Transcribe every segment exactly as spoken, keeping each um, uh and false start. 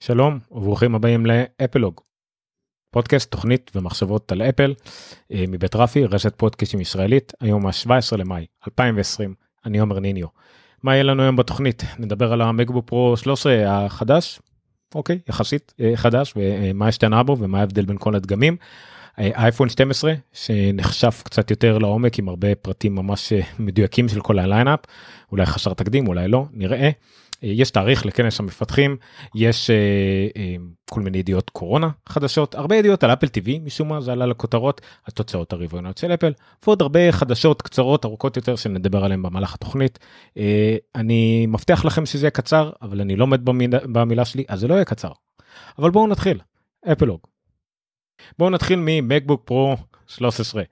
שלום וברוכים הבאים לאפלוג, פודקאסט, תוכנית ומחשבות על אפל, מבית רפי, רשת פודקאסטים ישראלית, היום ה-שבעה עשר למאי אלפיים ועשרים, אני עומר ניניו. מה יהיה לנו היום בתוכנית? נדבר על המקבוק פרו שלוש עשרה החדש, אוקיי, יחסית חדש, ומה השתנה בו ומה ההבדל בין כל הדגמים. אייפון שתים עשרה שנחשף קצת יותר לעומק עם הרבה פרטים ממש מדויקים של כל הליינאפ, אולי חסר תקדים, אולי לא, נראה. יש תאריך לכנס המפתחים, יש אה, אה, כל מיני ידיעות קורונה חדשות, הרבה ידיעות על אפל טי וי, משום מה זה עלה לכותרות, התוצאות הרבעוניות של אפל, ועוד הרבה חדשות קצרות, ארוכות יותר, שנדבר עליהן במהלך התוכנית. אה, אני מבטיח לכם שזה יהיה קצר, אבל אני לא עומד במילה, במילה שלי, אז זה לא יהיה קצר. אבל בואו נתחיל, אפלוג. בואו נתחיל ממקבוק פרו שלוש עשרה.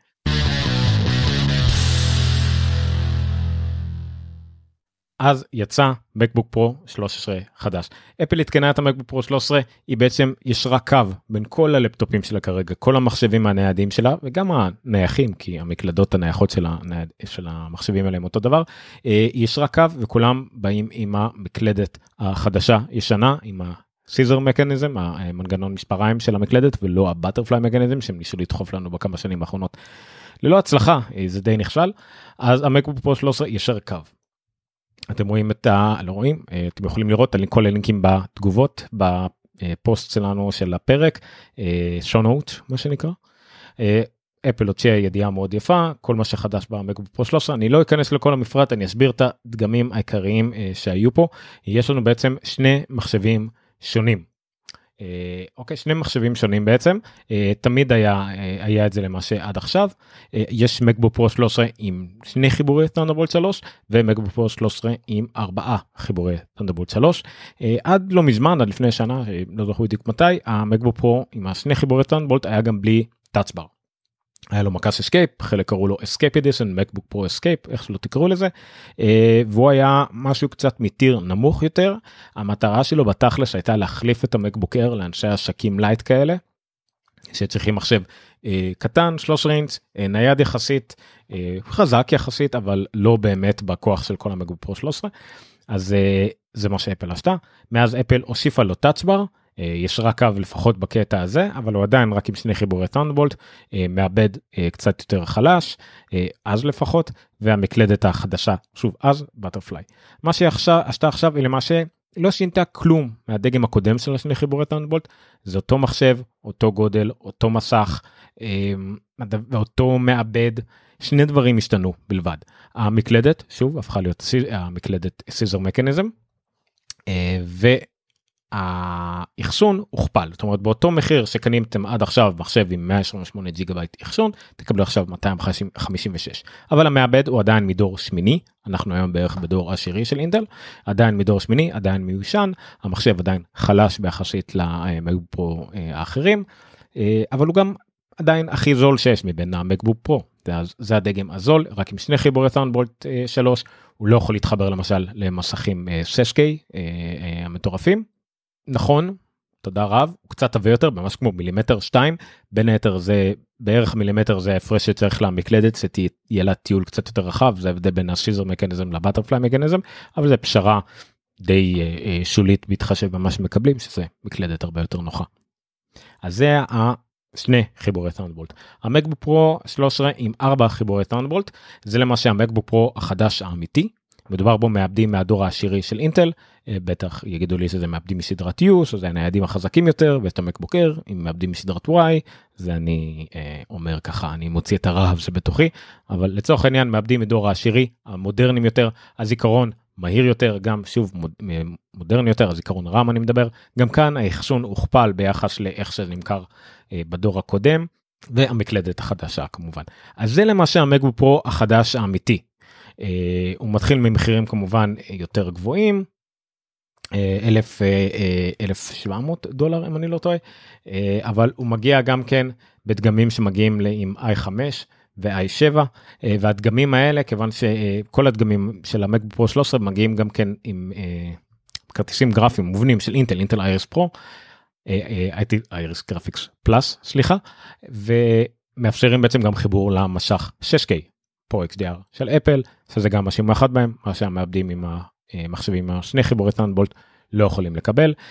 אז יצא מקבוק פרו שלוש עשרה חדש. אפל התקנה את המקבוק פרו שלוש עשרה, היא בעצם ישרה קו בין כל הלפטופים שלה כרגע, כל המחשבים הניידים שלה, וגם הנייחים, כי המקלדות הנייחות של, הנייד, של המחשבים האלה הם אותו דבר, היא ישרה קו וכולם באים עם המקלדת החדשה ישנה, עם הסיזר מקניזם, המנגנון מספריים של המקלדת, ולא הבטרפליי מקניזם, שהם ניסו לדחוף לנו בכמה שנים האחרונות. ללא הצלחה, זה די נכשל, אז המקבוק פרו שלוש עשרה ישר קו. אתם רואים את ה... לא רואים? אתם יכולים לראות על כל הלינקים בתגובות, בפוסט שלנו של הפרק, show note, מה שנקרא. אפל הוציאה ידיעה מאוד יפה, כל מה שחדש במקבוק פרו שלוש עשרה, אני לא אכנס לכל המפרט, אני אסביר את הדגמים העיקריים שהיו פה. יש לנו בעצם שני מחשבים שונים. אוקיי, שני מחשבים שונים בעצם, תמיד היה, היה את זה למה שעד עכשיו, יש מקבוק פרו שלוש עשרה עם שני חיבורי תנדרבולט שלוש, ומקבוק פרו שלוש עשרה עם ארבעה חיבורי תנדרבולט שלוש, עד לא מזמן, עד לפני שנה, לא זוכר בדיוק מתי, המקבוק פרו עם השני חיבורי תנדרבולט היה גם בלי טאצ'בר. היה לו מקס אסקייפ, חלק קראו לו אסקייפ אדישן, מקבוק פרו אסקייפ, איך שלא תקראו לזה, והוא היה משהו קצת מתיר נמוך יותר. המטרה שלו בתכלס הייתה להחליף את המקבוק אייר לאנשי עסקים לייט כאלה, שצריכים מחשב קטן, שלוש עשרה אינץ', נייד יחסית, חזק יחסית, אבל לא באמת בכוח של כל המקבוק פרו שלוש עשרה, אז זה מה שאפל עשתה. מאז אפל הוסיפה לו טאצ'בר, יש רק קו לפחות בקטע הזה, אבל הוא עדיין רק עם שני חיבורי תנדרבולט, מאבד קצת יותר חלש, אז לפחות, והמקלדת החדשה, שוב, אז בטרפליי. מה שעשתה עכשיו היא למעשה לא שינתה כלום מהדגם הקודם של השני חיבורי תנדרבולט, זה אותו מחשב, אותו גודל, אותו מסך, ואותו מאבד, שני דברים השתנו בלבד. המקלדת, שוב, הפכה להיות המקלדת סיזר מקניזם, ו... האחסון הוכפל, זאת אומרת באותו מחיר שקניתם עד עכשיו מחשב עם מאה עשרים ושמונה ג'יגה בייט אחסון, תקבלו עכשיו מאתיים חמישים ושש, אבל המעבד הוא עדיין מדור שמיני, אנחנו היום בערך בדור עשירי של אינטל, עדיין מדור שמיני, עדיין מיושן, המחשב עדיין חלש ביחסית למקבוק פרו האחרים, אבל הוא גם עדיין הכי זול שיש מבין המקבוק פרו, זה הדגם הזול, רק עם שני חיבורי תנדרבולט שלוש, הוא לא יכול להתחבר למשל למסכים שש קיי המטורפים, נכון, תודה רב, הוא קצת עבה יותר, ממש כמו מילימטר שתיים, בין היתר זה, בערך מילימטר זה ההפרש שצריך למקלדת, שתהיה לה טיול קצת יותר רחב, זה הבדל בין הסיזר מקניזם לבטרפליי מקניזם, אבל זה פשרה די אה, שולית בהתחשב במה שמקבלים, שזה מקלדת הרבה יותר נוחה. אז זה השני חיבורי תנדרבולט. המקבוק פרו שלוש עשרה עם ארבע חיבורי תנדרבולט, זה למעשה המקבוק פרו החדש האמיתי, מדובר בו מעבדים מהדור העשירי של אינטל, בטח יגידו לי שזה מעבדים מסדרת U, שזה הניידים החזקים יותר, ואת המקבוק אייר, עם מעבדים מסדרת Y, זה אני אה, אומר ככה, אני מוציא את הרעב שבתוכי, אבל לצורך העניין מעבדים מדור העשירי, המודרניים יותר, הזיכרון מהיר יותר, גם שוב מוד, מודרני יותר, הזיכרון רם אני מדבר, גם כאן האחסון הוכפל ביחס לאיך שזה נמכר אה, בדור הקודם, והמקלדת החדשה כמובן. אז זה למעשה המקבוק פרו החדש האמיתי. Uh, הוא מתחיל ממחירים כמובן יותר גבוהים, אלף שבע מאות דולר אם אני לא טועה, uh, אבל הוא מגיע גם כן בדגמים שמגיעים עם איי חמש ו-איי שבע, uh, והדגמים האלה, כיוון שכל הדגמים של המקבוק פרו שלוש עשרה מגיעים גם כן עם uh, כרטיסים גרפיים מובנים של אינטל, אינטל אייריס פרו, אייריס גרפיקס פלאס, סליחה, ומאפשרים בעצם גם חיבור למשך שש קיי. פרו אקס די אר של אפל, שזה גם משהו מאחד בהם, מה שהמעבדים עם המחשבים, השני חיבורי תנדרבולט לא יכולים לקבל.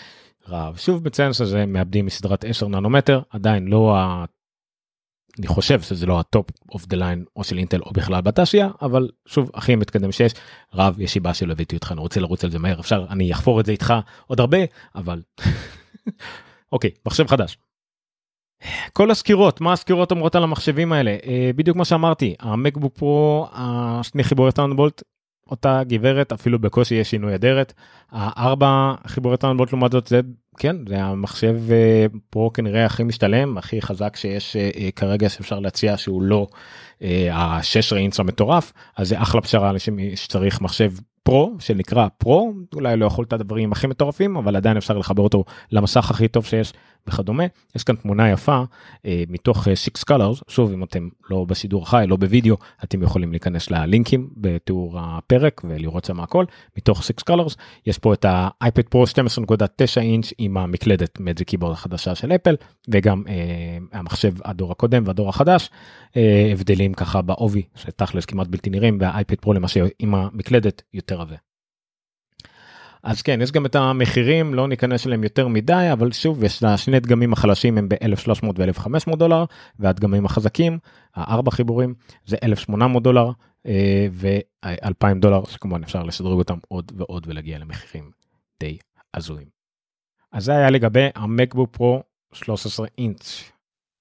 רב. שוב בציין שזה מאבדים מסדרת עשר ננומטר, עדיין לא ה... אני חושב שזה לא הטופ אוף דה ליין או של אינטל או בכלל בתעשייה, אבל שוב הכי מתקדם שיש. רב, יש סיבה שלא הבאתי אותך, אני רוצה לרוץ על זה מהר, אפשר, אני אחפור את זה איתך עוד הרבה, אבל אוקיי, מחשב חדש. כל הסקירות, מה הסקירות אומרות על המחשבים האלה? בדיוק מה שאמרתי, המקבוק פרו, השני חיבורי תאונבולט, אותה גברת, אפילו בקושי יש שינוי אדרת, הארבע חיבורי תאונבולט לעומת זאת, זה כן, זה המחשב פרו כנראה הכי משתלם, הכי חזק שיש כרגע שאפשר להציע שהוא לא השש אינץ' המטורף, אז זה אחלה פשרה למי שצריך מחשב פרו, שנקרא פרו, אולי לא יכול את הדברים הכי מטורפים, אבל עדיין אפשר לחבר אותו למסך הכי טוב שיש וכדומה. יש כאן תמונה יפה אה, מתוך אה, Six Colors, שוב אם אתם לא בשידור חי, לא בווידאו, אתם יכולים להיכנס ללינקים בתיאור הפרק ולראות שם הכל, מתוך Six Colors. יש פה את האייפד פרו שתים עשרה נקודה תשע אינץ' עם המקלדת Magic Keyboard החדשה של אפל, וגם אה, המחשב הדור הקודם והדור החדש, אה, הבדלים ככה בעובי, שתכלס כמעט בלתי נראים, והאייפד פרו למשל עם המקלדת יותר עבה. אז כן, יש גם את המחירים, לא ניכנס אליהם יותר מדי, אבל שוב, יש לה שני דגמים החלשים הם ב-אלף ושלוש מאות ו-אלף וחמש מאות דולר, והדגמים החזקים, הארבע חיבורים, זה אלף ושמונה מאות דולר, ו-אלפיים דולר, שכמובן אפשר לשדרג אותם עוד ועוד ולהגיע למחירים די עזויים. אז זה היה לגבי המקבוק פרו שלוש עשרה אינץ'.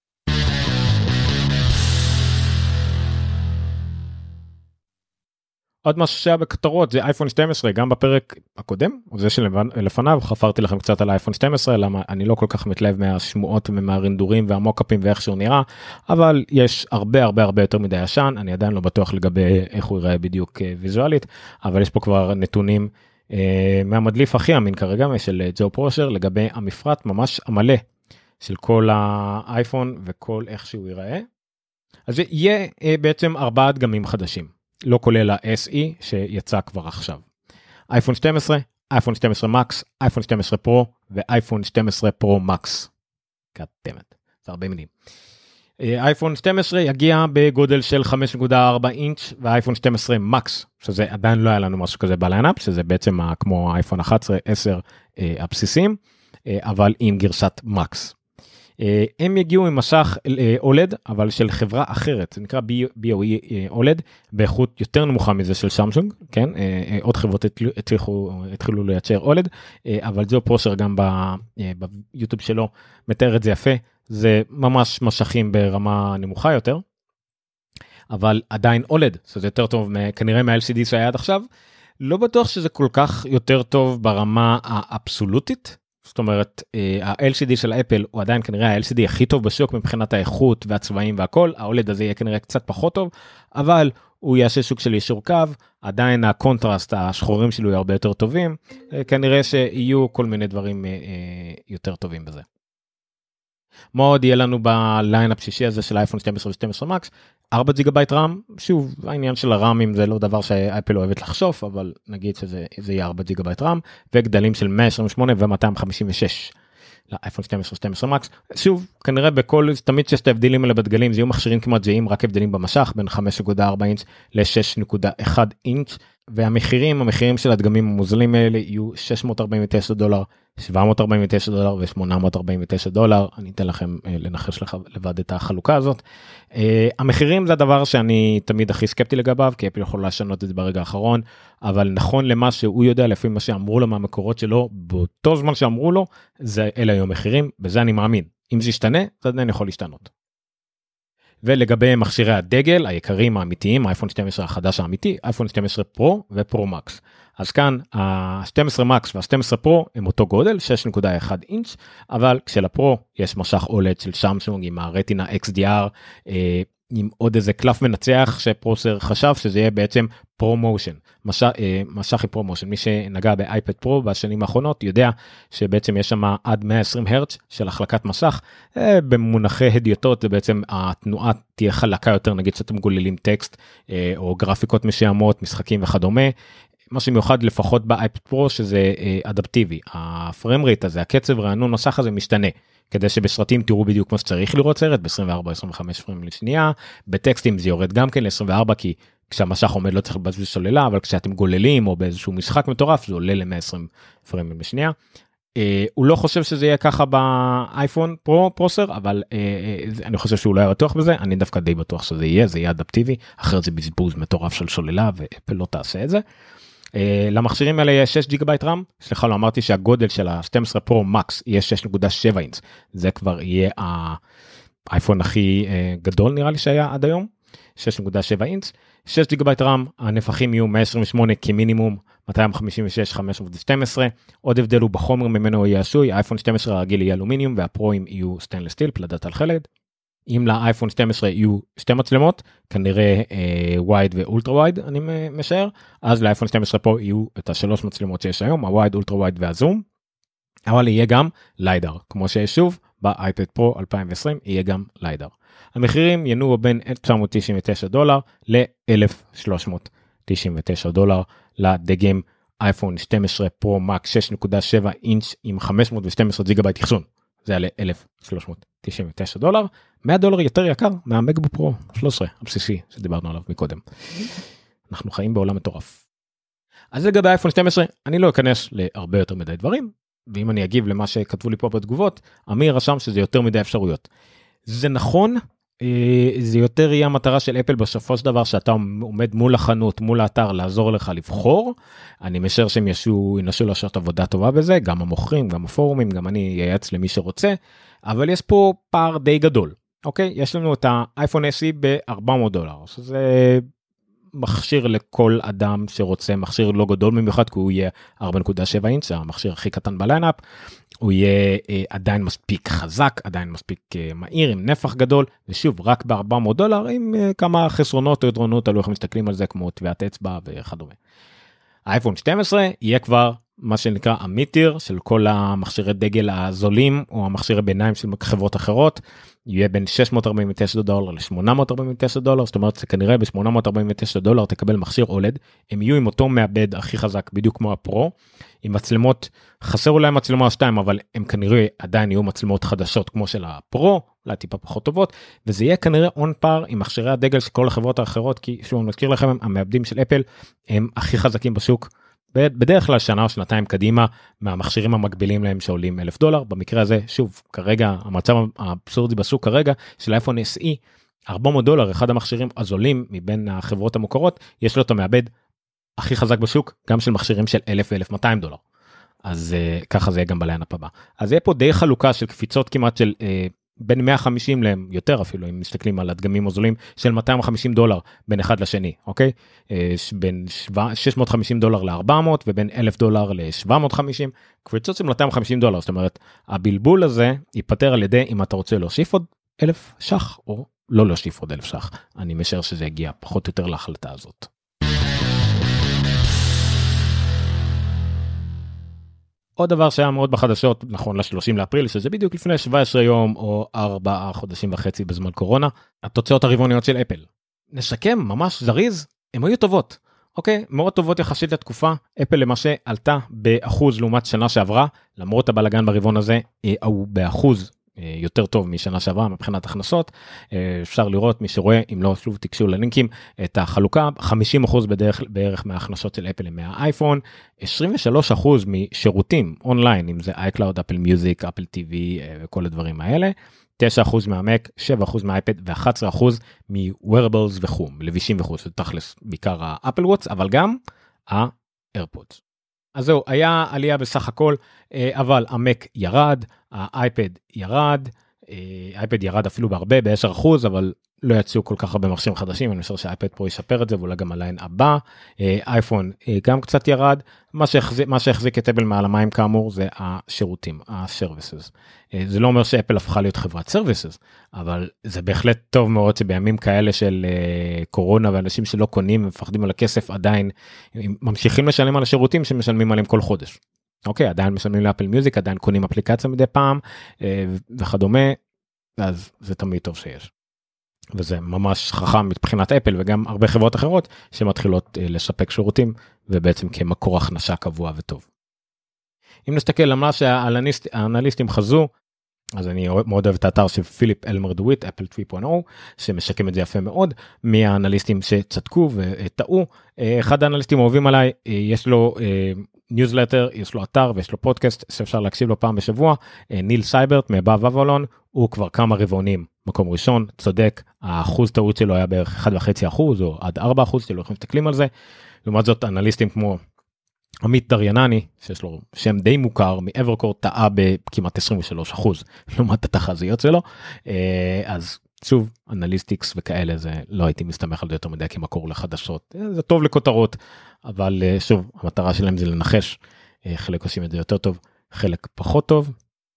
עוד משהו שהיה בכתרות זה אייפון שתים עשרה, גם בפרק הקודם, או זה שלפניו, חפרתי לכם קצת על אייפון שתים עשרה, למה אני לא כל כך מתלהב מהשמועות ומהרינדורים והמוקאפים ואיך שהוא נראה, אבל יש הרבה הרבה הרבה יותר מדי ישן, אני עדיין לא בטוח לגבי איך הוא ייראה בדיוק ויזואלית, אבל יש פה כבר נתונים אה, מהמדליף הכי אמין כרגע, של ג'ו פרושר, לגבי המפרט ממש המלא של כל האייפון וכל איך שהוא ייראה. אז יהיה אה, בעצם ארבעה דגמים חדשים. לא כולל ה-אס אי שיצא כבר עכשיו. אייפון שתים עשרה, אייפון שתים עשרה מקס, אייפון שתים עשרה פרו ואייפון שתים עשרה פרו מקס. קטמת, זה הרבה מילים. אייפון שתים עשרה יגיע בגודל של חמש נקודה ארבע אינץ' ואייפון שתים עשרה מקס, שזה עדיין לא היה לנו משהו כזה בליינאפ, שזה בעצם כמו אייפון אחת עשרה, עשר הבסיסים, אבל עם גרסת מקס. הם יגיעו עם מסך אולד, אבל של חברה אחרת, זה נקרא בי או אי אולד, באיכות יותר נמוכה מזה של סמסונג, כן? עוד חברות התחילו לייצר אולד, אבל ג'ו פרושר גם ביוטיוב שלו מתאר את זה יפה, זה ממש משכים ברמה נמוכה יותר, אבל עדיין אולד, זה יותר טוב כנראה מה-אל סי די שהיה עד עכשיו, לא בטוח שזה כל כך יותר טוב ברמה האבסולוטית, זאת אומרת, ה-אל סי די של אפל הוא עדיין כנראה ה-אל סי די הכי טוב בשוק מבחינת האיכות והצבעים והכל, ה-אולד הזה יהיה כנראה קצת פחות טוב, אבל הוא יעשה שוק של יישור קו, עדיין הקונטרסט, השחורים שלו יהיו הרבה יותר טובים, כנראה שיהיו כל מיני דברים יותר טובים בזה. מה עוד יהיה לנו בליינאפ שישי הזה של אייפון שתים עשרה ו-שתים עשרה מקס? ארבע ג'יגה בייט רם, שוב, העניין של הרמים זה לא דבר שאפל אוהבת לחשוף, אבל נגיד שזה יהיה ארבע ג'יגה בייט רם, וגדלים של מאה עשרים ושמונה ו-מאתיים חמישים ושש לאייפון שתים עשרה ו-שתים עשרה מקס. שוב, כנראה בכל, תמיד שיש את ההבדלים האלה בדגלים, זה יהיו מכשירים כמעט זהים, רק הבדלים במשך, בין חמש נקודה ארבע אינץ' ל-שש נקודה אחת אינץ', והמחירים, המחירים של הדגמים המוזלים האלה יהיו שש מאות ארבעים ותשע דולר, שבע מאות ארבעים ותשע דולר ו-שמונה מאות ארבעים ותשע דולר. אני אתן לכם לנחש לך לבד את החלוקה הזאת. המחירים זה הדבר שאני תמיד הכי סקפטי לגביו, כי אפל יכול לשנות את זה ברגע האחרון, אבל נכון למה שהוא יודע, לפי מה שאמרו לו מהמקורות שלו, באותו זמן שאמרו לו, זה אלה היו המחירים, בזה אני מאמין. אם זה ישתנה, זה עדיין יכול להשתנות. ולגבי מכשירי הדגל, היקרים האמיתיים, האייפון שתים עשרה החדש האמיתי, אייפון שתים עשרה פרו ופרו מקס. אז כאן, ה-שתים עשרה מקס וה-שתים עשרה פרו הם אותו גודל, שש נקודה אחת אינץ', אבל כשלפרו יש משך אולד של סמסונג עם הרטינה אקס די אר, אה, עם עוד איזה קלף מנצח שפרוסר חשב שזה יהיה בעצם פרומושן, משך, אה, משך עם פרומושן. מי שנגע באייפד פרו בשנים האחרונות יודע שבעצם יש שם עד מאה ועשרים הרץ של החלקת מסך, אה, במונחי הדיוטות זה בעצם התנועה תהיה חלקה יותר, נגיד שאתם גוללים טקסט אה, או גרפיקות משעמות, משחקים וכדומה. מה שמיוחד לפחות באייפד פרו שזה אה, אדפטיבי, הפריים רייט הזה, הקצב רענון מסך הזה משתנה, כדי שבסרטים תראו בדיוק כמו שצריך לראות סרט, ב-עשרים וארבע עשרים וחמש פריים לשנייה, בטקסטים זה יורד גם כן ל-עשרים וארבע, כי כשהמשך עומד לא צריך לבזבז סוללה, אבל כשאתם גוללים או באיזשהו משחק מטורף, זה עולה ל-מאה ועשרים פריים לשנייה. הוא לא חושב שזה יהיה ככה באייפון פרו פרוסר, אבל אני חושב שהוא לא היה בטוח בזה, אני דווקא די בטוח שזה יהיה, זה יהיה אדפטיבי, אחרת זה בזבוז מטורף של שוללה, ואפל לא תעשה את זה. למכשירים האלה יש שש ג'יגה בייט רם, סליחה, לא אמרתי שהגודל של ה-שתים עשרה פרו מקס יהיה שש נקודה שבע אינץ, זה כבר יהיה האייפון הכי גדול נראה לי שהיה עד היום, שש נקודה שבע אינץ, שש ג'יגה בייט רם, הנפחים יהיו מאה עשרים ושמונה כמינימום, מאתיים חמישים ושש חמש מאות ושתים עשרה, עוד הבדל הוא בחומר ממנו יהיה עשוי, האייפון שתים עשרה הרגיל יהיה אלומיניום, והפרוים יהיו סטנלס סטיל, פלדת על חלד. אם לאייפון שתים עשרה יהיו שתי מצלמות, כנראה ווייד ואולטרה ווייד, אני משער, אז לאייפון שתים עשרה פה יהיו את השלוש מצלמות שיש היום, הווייד, אולטרה ווייד והזום, אבל יהיה גם ליידר, כמו שיש שוב, באייפד פרו אלפיים ועשרים יהיה גם ליידר. המחירים ינועו בין אלף תשע מאות תשעים ותשע דולר ל-אלף שלוש מאות תשעים ותשע דולר לדגם אייפון שתים עשרה פרו מקס שש נקודה שבע אינץ' עם חמש מאות ושתים עשרה ג'יגה בייט אחסון. זה יעלה אלף שלוש מאות תשעים ותשע דולר, מאה דולר יותר יקר מהמקבוק פרו שלוש עשרה הבסיסי שדיברנו עליו מקודם. אנחנו חיים בעולם מטורף. אז לגבי אייפון שתים עשרה, אני לא אכנס להרבה יותר מדי דברים, ואם אני אגיב למה שכתבו לי פה בתגובות, אמיר רשם שזה יותר מדי אפשרויות. זה נכון, זה יותר יהיה המטרה של אפל בסופו של דבר, שאתה עומד מול החנות, מול האתר, לעזור לך לבחור. אני משער שהם ישו, ינסו לעשות עבודה טובה בזה, גם המוכרים, גם הפורומים, גם אני אייעץ למי שרוצה, אבל יש פה פער די גדול. אוקיי? יש לנו את האייפון אס אי ב-ארבע מאות דולר, שזה מכשיר לכל אדם שרוצה, מכשיר לא גדול במיוחד, כי הוא יהיה ארבע נקודה שבע אינץ', המכשיר הכי קטן בליינאפ, הוא יהיה אה, עדיין מספיק חזק, עדיין מספיק אה, מהיר, עם נפח גדול, ושוב, רק ב-ארבע מאות דולר, עם אה, כמה חסרונות או יתרונות, תלוי איך מסתכלים על זה, כמו טביעת אצבע וכדומה. האייפון שתים עשרה יהיה כבר מה שנקרא המיטיר של כל המכשירי דגל הזולים, או המכשירי ביניים של חברות אחרות, יהיה בין שש מאות ארבעים ותשע דולר ל-שמונה מאות ארבעים ותשע דולר, זאת אומרת, כנראה ב-שמונה מאות ארבעים ותשע דולר תקבל מכשיר אולד, הם יהיו עם אותו מעבד הכי חזק, בדיוק כמו הפרו, עם מצלמות, חסר אולי מצלמה שתיים, אבל הם כנראה עדיין יהיו מצלמות חדשות כמו של הפרו, אולי טיפה פחות טובות, וזה יהיה כנראה און פאר עם מכשירי הדגל של כל החברות האחרות, כי שוב, אני מזכיר לכם, המעבדים של אפל הם הכי חזקים בשוק, בדרך כלל שנה או שנתיים קדימה מהמכשירים המקבילים להם שעולים אלף דולר, במקרה הזה שוב כרגע המצב האבסורדי בשוק כרגע של אייפון אס אי ארבע מאות דולר, אחד המכשירים הזולים מבין החברות המוכרות, יש לו את המעבד הכי חזק בשוק גם של מכשירים של אלף ואלף מאתיים דולר, אז uh, ככה זה יהיה גם בליינאפ הבא. אז יהיה פה די חלוקה של קפיצות כמעט של uh, בין מאה וחמישים להם יותר אפילו, אם מסתכלים על הדגמים הזולים, של מאתיים וחמישים דולר בין אחד לשני, אוקיי? בין שש מאות וחמישים דולר ל-ארבע מאות, ובין אלף דולר ל-שבע מאות וחמישים, קפיצות של מאתיים וחמישים דולר, זאת אומרת, הבלבול הזה ייפטר על ידי אם אתה רוצה להוסיף עוד אלף שח, או לא להוסיף עוד אלף שח. אני משער שזה יגיע פחות או יותר להחלטה הזאת. עוד דבר שהיה מאוד בחדשות, נכון ל-שלושים לאפריל, שזה בדיוק לפני שבעה עשר יום או ארבעה חודשים וחצי בזמן קורונה, התוצאות הרבעוניות של אפל. נשקם ממש זריז, הן היו טובות. אוקיי, מאוד טובות יחסית לתקופה, אפל למעשה עלתה באחוז לעומת שנה שעברה, למרות הבלגן ברבעון הזה, הוא באחוז יותר טוב משנה שעברה מבחינת הכנסות. אפשר לראות, מי שרואה, אם לא שוב תקשו ללינקים, את החלוקה, חמישים אחוז בדרך, בערך מההכנסות של אפל מהאייפון, עשרים ושלושה אחוז משירותים אונליין, אם זה iCloud, אפל מיוזיק, אפל טי וי וכל הדברים האלה, תשעה אחוז מהמק, שבעה אחוז מהאייפד ו-אחד עשר אחוז מ-wearables וחום, לבישים וכו', זה תכלס בעיקר האפל וואטס, אבל גם האיירפודס. אז זהו, היה עלייה בסך הכל, אבל המק ירד, האייפד ירד, האייפד ירד אפילו בהרבה, ב-עשרה אחוז, אבל לא יצאו כל כך הרבה מכשירים חדשים, אני חושב שהאייפד פה ישפר את זה, ואולי גם הליין הבא, אייפון גם קצת ירד, מה שהחזיק, מה שהחזיק את אפל מעל המים כאמור, זה השירותים, ה-services. זה לא אומר שאפל הפכה להיות חברת services, אבל זה בהחלט טוב מאוד שבימים כאלה של קורונה, ואנשים שלא קונים ומפחדים על הכסף, עדיין ממשיכים לשלם על השירותים שמשלמים עליהם כל חודש. אוקיי, עדיין משלמים לאפל מיוזיק, עדיין קונים אפליקציה מדי פעם, וכדומה, אז זה תמיד טוב שיש. וזה ממש חכם מבחינת אפל, וגם הרבה חברות אחרות שמתחילות לשפק שירותים, ובעצם כמקור הכנסה קבוע וטוב. אם נסתכל למה שהאנליסטים חזו, אז אני מאוד אוהב את האתר של פיליפ אלמר דוויט, אפל שלוש נקודה אפס, שמשקם את זה יפה מאוד, מהאנליסטים שצדקו וטעו. אחד האנליסטים אוהבים עליי, יש לו ניוזלטר, יש לו אתר ויש לו פודקאסט שאפשר להקשיב לו פעם בשבוע. ניל סייברט מבא ובלון, הוא כבר כמה רבעונים מקום ראשון, צודק, האחוז טעות שלו היה בערך אחד וחצי אחוז או עד ארבע אחוז, שלא יכולים להסתכלים על זה. לעומת זאת אנליסטים כמו עמית דריינני, שיש לו שם די מוכר, מאברקור טעה בכמעט עשרים ושלושה אחוז, לעומת התחזיות שלו. אז שוב, אנליסטיקס וכאלה, זה לא הייתי מסתמך על זה יותר מדי כמקור לחדשות. זה טוב לכותרות, אבל שוב, המטרה שלהם זה לנחש. חלק עושים את זה יותר טוב, חלק פחות טוב.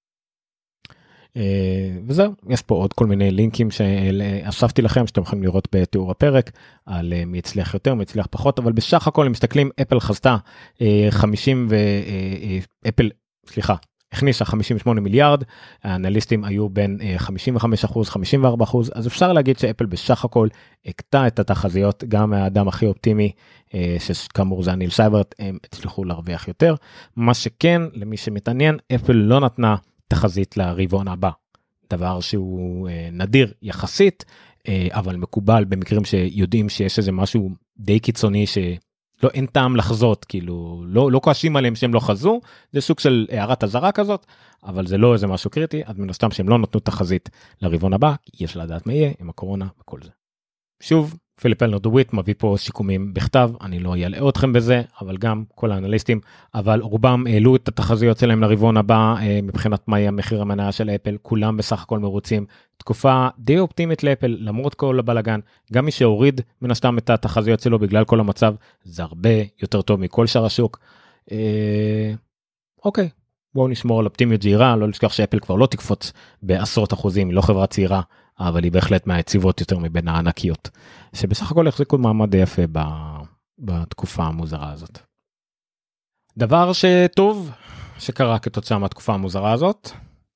וזהו, יש פה עוד כל מיני לינקים שאספתי לכם, שאתם יכולים לראות בתיאור הפרק, על מי הצליח יותר, מי הצליח פחות, אבל בסך הכל, אם מסתכלים, אפל חזתה חמישים ו... אפל, סליחה, הכניסה חמישים ושמונה מיליארד, האנליסטים היו בין חמישים וחמישה אחוז, חמישים וארבעה אחוז, אז אפשר להגיד שאפל בסך הכל הקטע את התחזיות, גם האדם הכי אופטימי, שכאמור זה ניל סייברט, הם הצליחו להרוויח יותר. מה שכן, למי שמתעניין, אפל לא נתנה תחזית לרבעון הבא, דבר שהוא נדיר יחסית, אבל מקובל במקרים שיודעים שיש איזה משהו די קיצוני ש... לא, אין טעם לחזות, כאילו, לא, לא כועסים עליהם שהם לא חזו, זה סוג של הערת הזרה כזאת, אבל זה לא איזה משהו קריטי, אז מן הסתם שהם לא נתנו תחזית לרבעון הבא, יש לדעת מה יהיה עם הקורונה וכל זה. שוב, פיליפ אלנר-דוויט מביא פה שיקומים בכתב, אני לא אעלה אתכם בזה, אבל גם כל האנליסטים, אבל רובם העלו את התחזיות שלהם לרבעון הבא, מבחינת מה יהיה המחיר המניה של אפל, כולם בסך הכל מרוצים, תקופה די אופטימית לאפל, למרות כל הבלגן, גם מי שהוריד מן הסתם את התחזיות שלו בגלל כל המצב, זה הרבה יותר טוב מכל שאר השוק. אה, אוקיי, בואו נשמור על אופטימיות זהירה, לא לשכח שאפל כבר לא תקפוץ בעשרות אחוזים, היא לא חברה צעירה, אבל היא בהחלט מהיציבות יותר מבין הענקיות, שבסך הכל יחזיקו מעמד יפה בתקופה המוזרה הזאת. דבר שטוב שקרה כתוצאה מהתקופה המוזרה הזאת,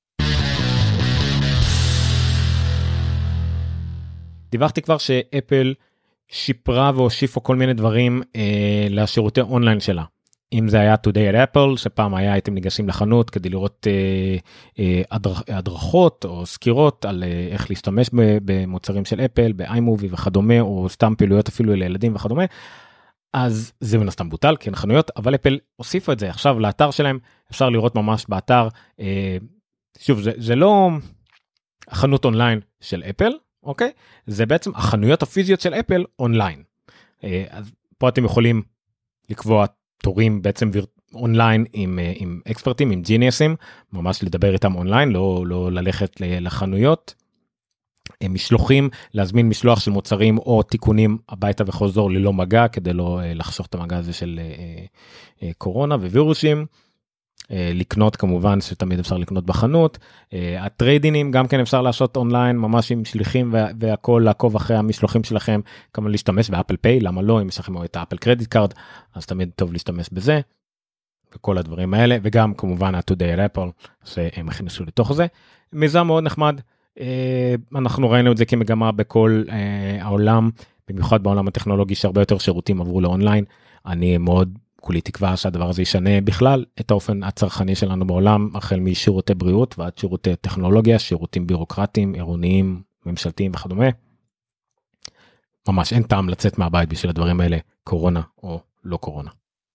דיווחתי כבר שאפל שיפרה והושיפה כל מיני דברים אה, לשירותי אונליין שלה. אם זה היה Today at Apple, שפעם היה הייתם ניגשים לחנות כדי לראות אה, אה, הדרכ, הדרכות או סקירות על אה, איך להשתמש במוצרים של אפל, ב-iMovie וכדומה, או סתם פעילויות אפילו לילדים וכדומה, אז זה מן הסתם בוטל, כי אין חנויות, אבל אפל הוסיפה את זה עכשיו לאתר שלהם, אפשר לראות ממש באתר, אה, שוב, זה, זה לא חנות אונליין של אפל, אוקיי? זה בעצם החנויות הפיזיות של אפל אונליין. אה, אז פה אתם יכולים לקבוע תורים בעצם אונליין עם, עם אקספרטים, עם ג'יניוסים, ממש לדבר איתם אונליין, לא, לא ללכת לחנויות. משלוחים, להזמין משלוח של מוצרים או תיקונים הביתה וחוזר ללא מגע, כדי לא לחסוך את המגע הזה של קורונה ווירושים. לקנות כמובן שתמיד אפשר לקנות בחנות, הטריידינים גם כן אפשר לעשות אונליין, ממש עם שליחים והכל, לעקוב אחרי המשלוחים שלכם, כמה להשתמש באפל פיי, למה לא, אם יש לכם את האפל קרדיט קארד, אז תמיד טוב להשתמש בזה, וכל הדברים האלה, וגם כמובן ה-Today at Apple, שהם הכניסו לתוך זה, מיזם מאוד נחמד, אנחנו ראינו את זה כמגמה בכל העולם, במיוחד בעולם הטכנולוגי, שהרבה יותר שירותים עברו לאונליין, אני מאוד כולי תקווה שהדבר הזה ישנה בכלל את האופן הצרכני שלנו בעולם, החל משירותי בריאות ועד שירותי טכנולוגיה, שירותים בירוקרטיים, עירוניים, ממשלתיים וכדומה. ממש אין טעם לצאת מהבית בשביל הדברים האלה, קורונה או לא קורונה.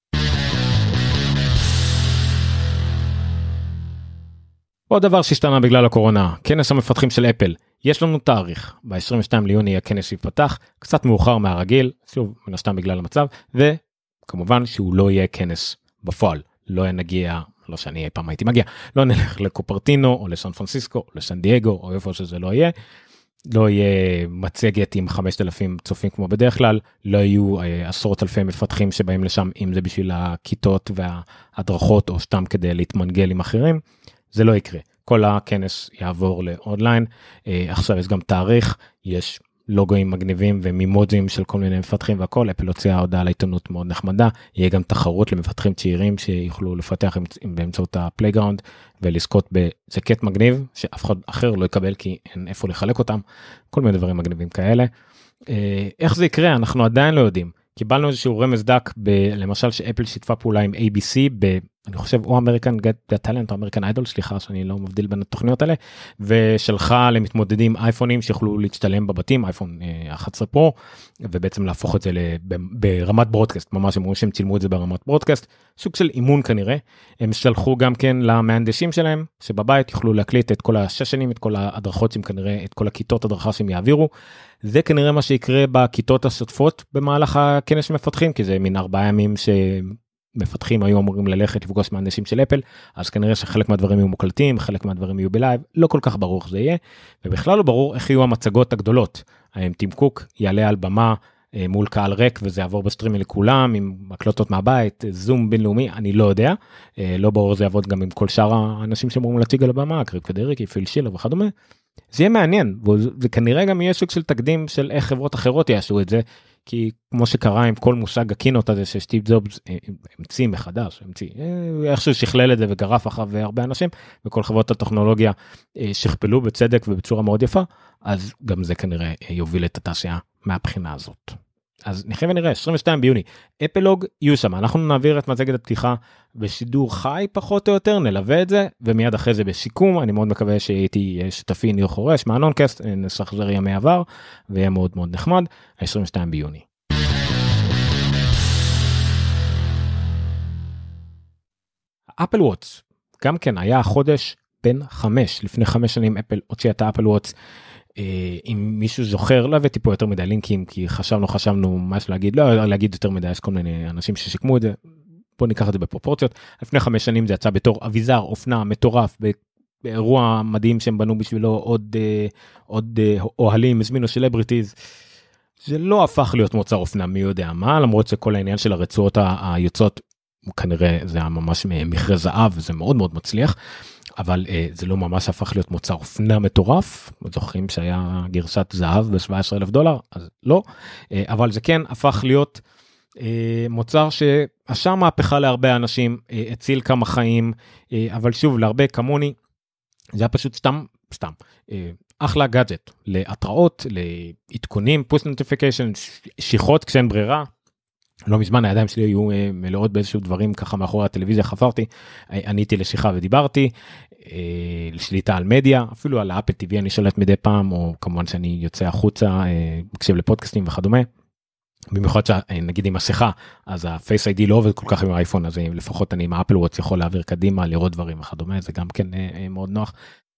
עוד דבר שהשתנה בגלל הקורונה, כנס המפתחים של אפל, יש לנו תאריך, ב-עשרים ושניים ליוני הכנס יפתח, קצת מאוחר מהרגיל, שוב, מן הסתם בגלל המצב, ו... כמובן שהוא לא יהיה כנס בפועל, לא נגיע, לא שאני אי פעם הייתי מגיע, לא נלך לקופרטינו או לסן פרנסיסקו או לסן דייגו או איפה שזה לא יהיה, לא יהיה מצגת עם חמשת אלפים צופים כמו בדרך כלל, לא יהיו אה, עשרות אלפי מפתחים שבאים לשם, אם זה בשביל הכיתות וההדרכות או סתם כדי להתמנגל עם אחרים, זה לא יקרה, כל הכנס יעבור לאונליין, אה, עכשיו יש גם תאריך, יש לוגויים מגניבים ומימוג'ים של כל מיני מפתחים והכל, אפל הוציאה הודעה לעיתונות מאוד נחמדה, יהיה גם תחרות למפתחים צעירים שיוכלו לפתח באמצעות הפלייגראונד ולזכות בזקט מגניב שאף אחד אחר לא יקבל כי אין איפה לחלק אותם, כל מיני דברים מגניבים כאלה. איך זה יקרה? אנחנו עדיין לא יודעים. קיבלנו איזשהו רמז דק, ב- למשל שאפל שיתפה פעולה עם איי בי סי אני חושב, או אמריקן גט טלנט או אמריקן איידול, סליחה שאני לא מבדיל בין התוכניות האלה, ושלחה למתמודדים אייפונים שיוכלו להצטלם בבתים, אייפון אחת עשרה פרו, ובעצם להפוך את זה ברמת ברודקאסט, ממש הם רואים שהם צילמו את זה ברמת ברודקאסט, סוג של אימון כנראה, הם שלחו גם כן למהנדשים שלהם, שבבית יוכלו להקליט את כל הששנים, את כל ההדרכות שהם כנראה, את כל הכיתות הדרכה שהם יעבירו, זה כנראה מה שיקרה בכיתות השוטפות במהלך הכנס שמפתחים, כי זה מין ארבעה ימים ש... מפתחים היו אמורים ללכת לפגוש מהנדסים של אפל, אז כנראה שחלק מהדברים יהיו מוקלטים, חלק מהדברים יהיו בלייב, לא כל כך ברור איך זה יהיה, ובכלל לא ברור איך יהיו המצגות הגדולות. האם טים קוק יעלה על במה מול קהל ריק, וזה יעבור בסטרימי לכולם, עם מקלטות מהבית, זום בינלאומי, אני לא יודע, לא ברור זה יעבוד גם עם כל שאר האנשים שאמורים להציג על הבמה, קריק פדריקי, פיל שילר וכדומה, זה יהיה מעניין, וכנראה גם יהיה סוג של תקדים של איך חברות אחרות יעשו את זה, כי כמו שקרה עם כל מושג הקינות הזה שסטיב ג'ובס המציא מחדש, המציא, איכשהו שכלל את זה וגרף אחריו והרבה אנשים, וכל חברות הטכנולוגיה שכפלו בצדק ובצורה מאוד יפה, אז גם זה כנראה יוביל את התעשייה מהבחינה הזאת. אז נחיה ונראה, עשרים ושניים ביוני, אפלוג יהיו שם, אנחנו נעביר את מצגת הפתיחה בשידור חי פחות או יותר, נלווה את זה, ומיד אחרי זה בשיקום, אני מאוד מקווה שהייתי שותפי ניר חורש, מהנונקאסט, נסחזר ימי עבר, ויהיה מאוד מאוד נחמד, עשרים ושניים ביוני. אפל וואטס, גם כן היה החודש בין חמש, לפני חמש שנים אפל הוציא את האפל וואטס, אם מישהו זוכר, לא הבאתי פה יותר מדי לינקים, כי חשבנו, חשבנו משהו להגיד, לא להגיד יותר מדי, יש כל מיני אנשים ששיקמו את זה, בוא ניקח את זה בפרופורציות, לפני חמש שנים זה יצא בתור אביזר, אופנה, מטורף, באירוע מדהים שהם בנו בשבילו עוד, עוד אוהלים, הזמינו סלבריטיז, זה לא הפך להיות מוצר אופנה, מי יודע מה, למרות שכל העניין של הרצועות היוצאות, כנראה זה היה ממש מכרה זהב, וזה מאוד מאוד מצליח, אבל אה, זה לא ממש הפך להיות מוצר אופנה מטורף, זוכרים שהיה גרסת זהב ב-שבעה עשר אלף דולר, אז לא, אה, אבל זה כן הפך להיות אה, מוצר שעשה מהפכה להרבה אנשים, אה, הציל כמה חיים, אה, אבל שוב, להרבה כמוני, זה היה פשוט סתם, סתם, אה, אחלה גאדג'ט, להתראות, לעדכונים, פוש נוטיפיקיישן, שיחות כשאין ברירה, לא מזמן הידיים שלי היו מלאות באיזשהו דברים ככה מאחורי הטלוויזיה, חפרתי, עניתי לשיחה ודיברתי, לשליטה על מדיה, אפילו על האפל טי וי אני שולט מדי פעם, או כמובן שאני יוצא החוצה, מקשיב לפודקאסטים וכדומה, במיוחד שנגיד עם השיחה, אז הפייס איי די לא עובד כל כך עם האייפון, אז לפחות אני עם האפל וואטס יכול להעביר קדימה, לראות דברים וכדומה, זה גם כן מאוד נוח,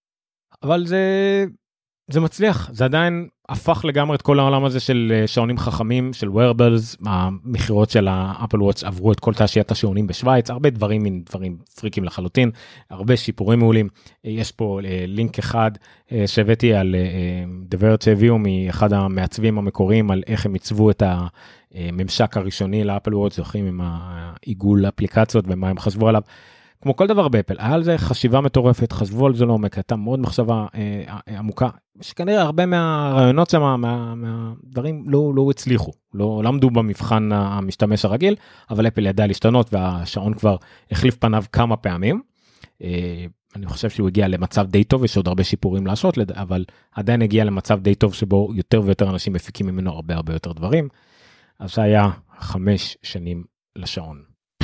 אבל זה... זה מצליח, זה עדיין הפך לגמרי את כל העולם הזה של שעונים חכמים, של wearables, המחירות של האפל וואטס עברו את כל תעשיית השעונים בשוויץ, הרבה דברים מן דברים פריקים לחלוטין, הרבה שיפורים מעולים, יש פה לינק אחד שהבאתי על דבר שהביאו מאחד המעצבים המקוריים, על איך הם עיצבו את הממשק הראשוני לאפל וואטס, זוכרים עם העיגול אפליקציות ומה הם חשבו עליו, כמו כל דבר באפל, היה על זה חשיבה מטורפת, חשבו על זה לעומק, הייתה מאוד מחשבה אה, עמוקה, שכנראה הרבה מהרעיונות שם, מה, מהדברים לא, לא הצליחו, לא למדו במבחן המשתמש הרגיל, אבל אפל ידע להשתנות, והשעון כבר החליף פניו כמה פעמים, אה, אני חושב שהוא הגיע למצב די טוב, יש עוד הרבה שיפורים לעשות, אבל עדיין הגיע למצב די טוב, שבו יותר ויותר אנשים מפיקים ממנו הרבה הרבה יותר דברים, אז זה היה חמש שנים לשעון.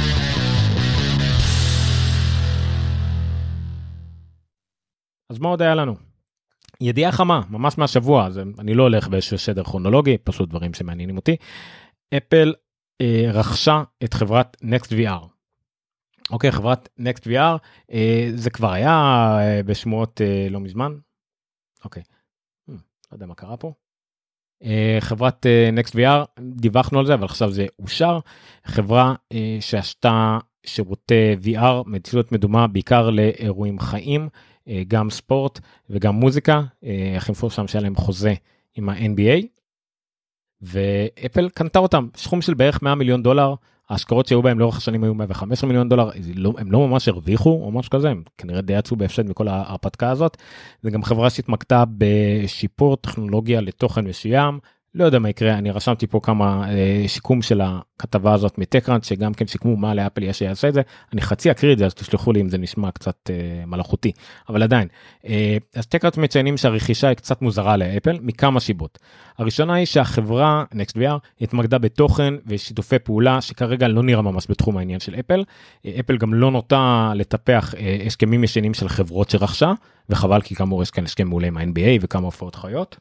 אז מה עוד היה לנו? ידיעה חמה, ממש מהשבוע, אז אני לא הולך באיזשהו סדר כרונולוגי, פשוט דברים שמעניינים אותי. אפל אה, רכשה את חברת נקסט וי אר. אוקיי, חברת נקסט וי אר, אה, זה כבר היה אה, בשמועות אה, לא מזמן. אוקיי, לא יודע מה קרה פה. אה, חברת אה, נקסט וי אר, דיווחנו על זה, אבל עכשיו זה אושר. חברה אה, שעשתה שירותי וי אר, מציאות מדומה, בעיקר לאירועים חיים, גם ספורט וגם מוזיקה, החינפו שם שהיה להם חוזה עם ה-אן בי איי, ואפל קנתה אותם, סכום של בערך מאה מיליון דולר, ההשקעות שהיו בהם לאורך השנים היו מאה וחמש עשרה מיליון דולר, הם לא ממש הרוויחו או משהו כזה, הם כנראה די יצאו בהפסד מכל ההרפתקה הזאת, זה גם חברה שהתמקדה בשיפור טכנולוגיה לתוכן מסוים, לא יודע מה יקרה, אני רשמתי פה כמה אה, שיקום של הכתבה הזאת מטקראנץ' שגם כן שיקמו מה לאפל יש שיעשה את זה, אני חצי אקריא את זה אז תשלחו לי אם זה נשמע קצת אה, מלאכותי, אבל עדיין. אה, אז טקראנץ' מציינים שהרכישה היא קצת מוזרה לאפל מכמה שיבות. הראשונה היא שהחברה NextVR התמקדה בתוכן ושיתופי פעולה שכרגע לא נראה ממש בתחום העניין של אפל, אה, אפל גם לא נוטה לטפח אה, הסכמים ישנים של חברות שרכשה, וחבל כי כאמור יש כאן הסכם מעולה עם ה-אן בי איי וכמה הופעות חיות.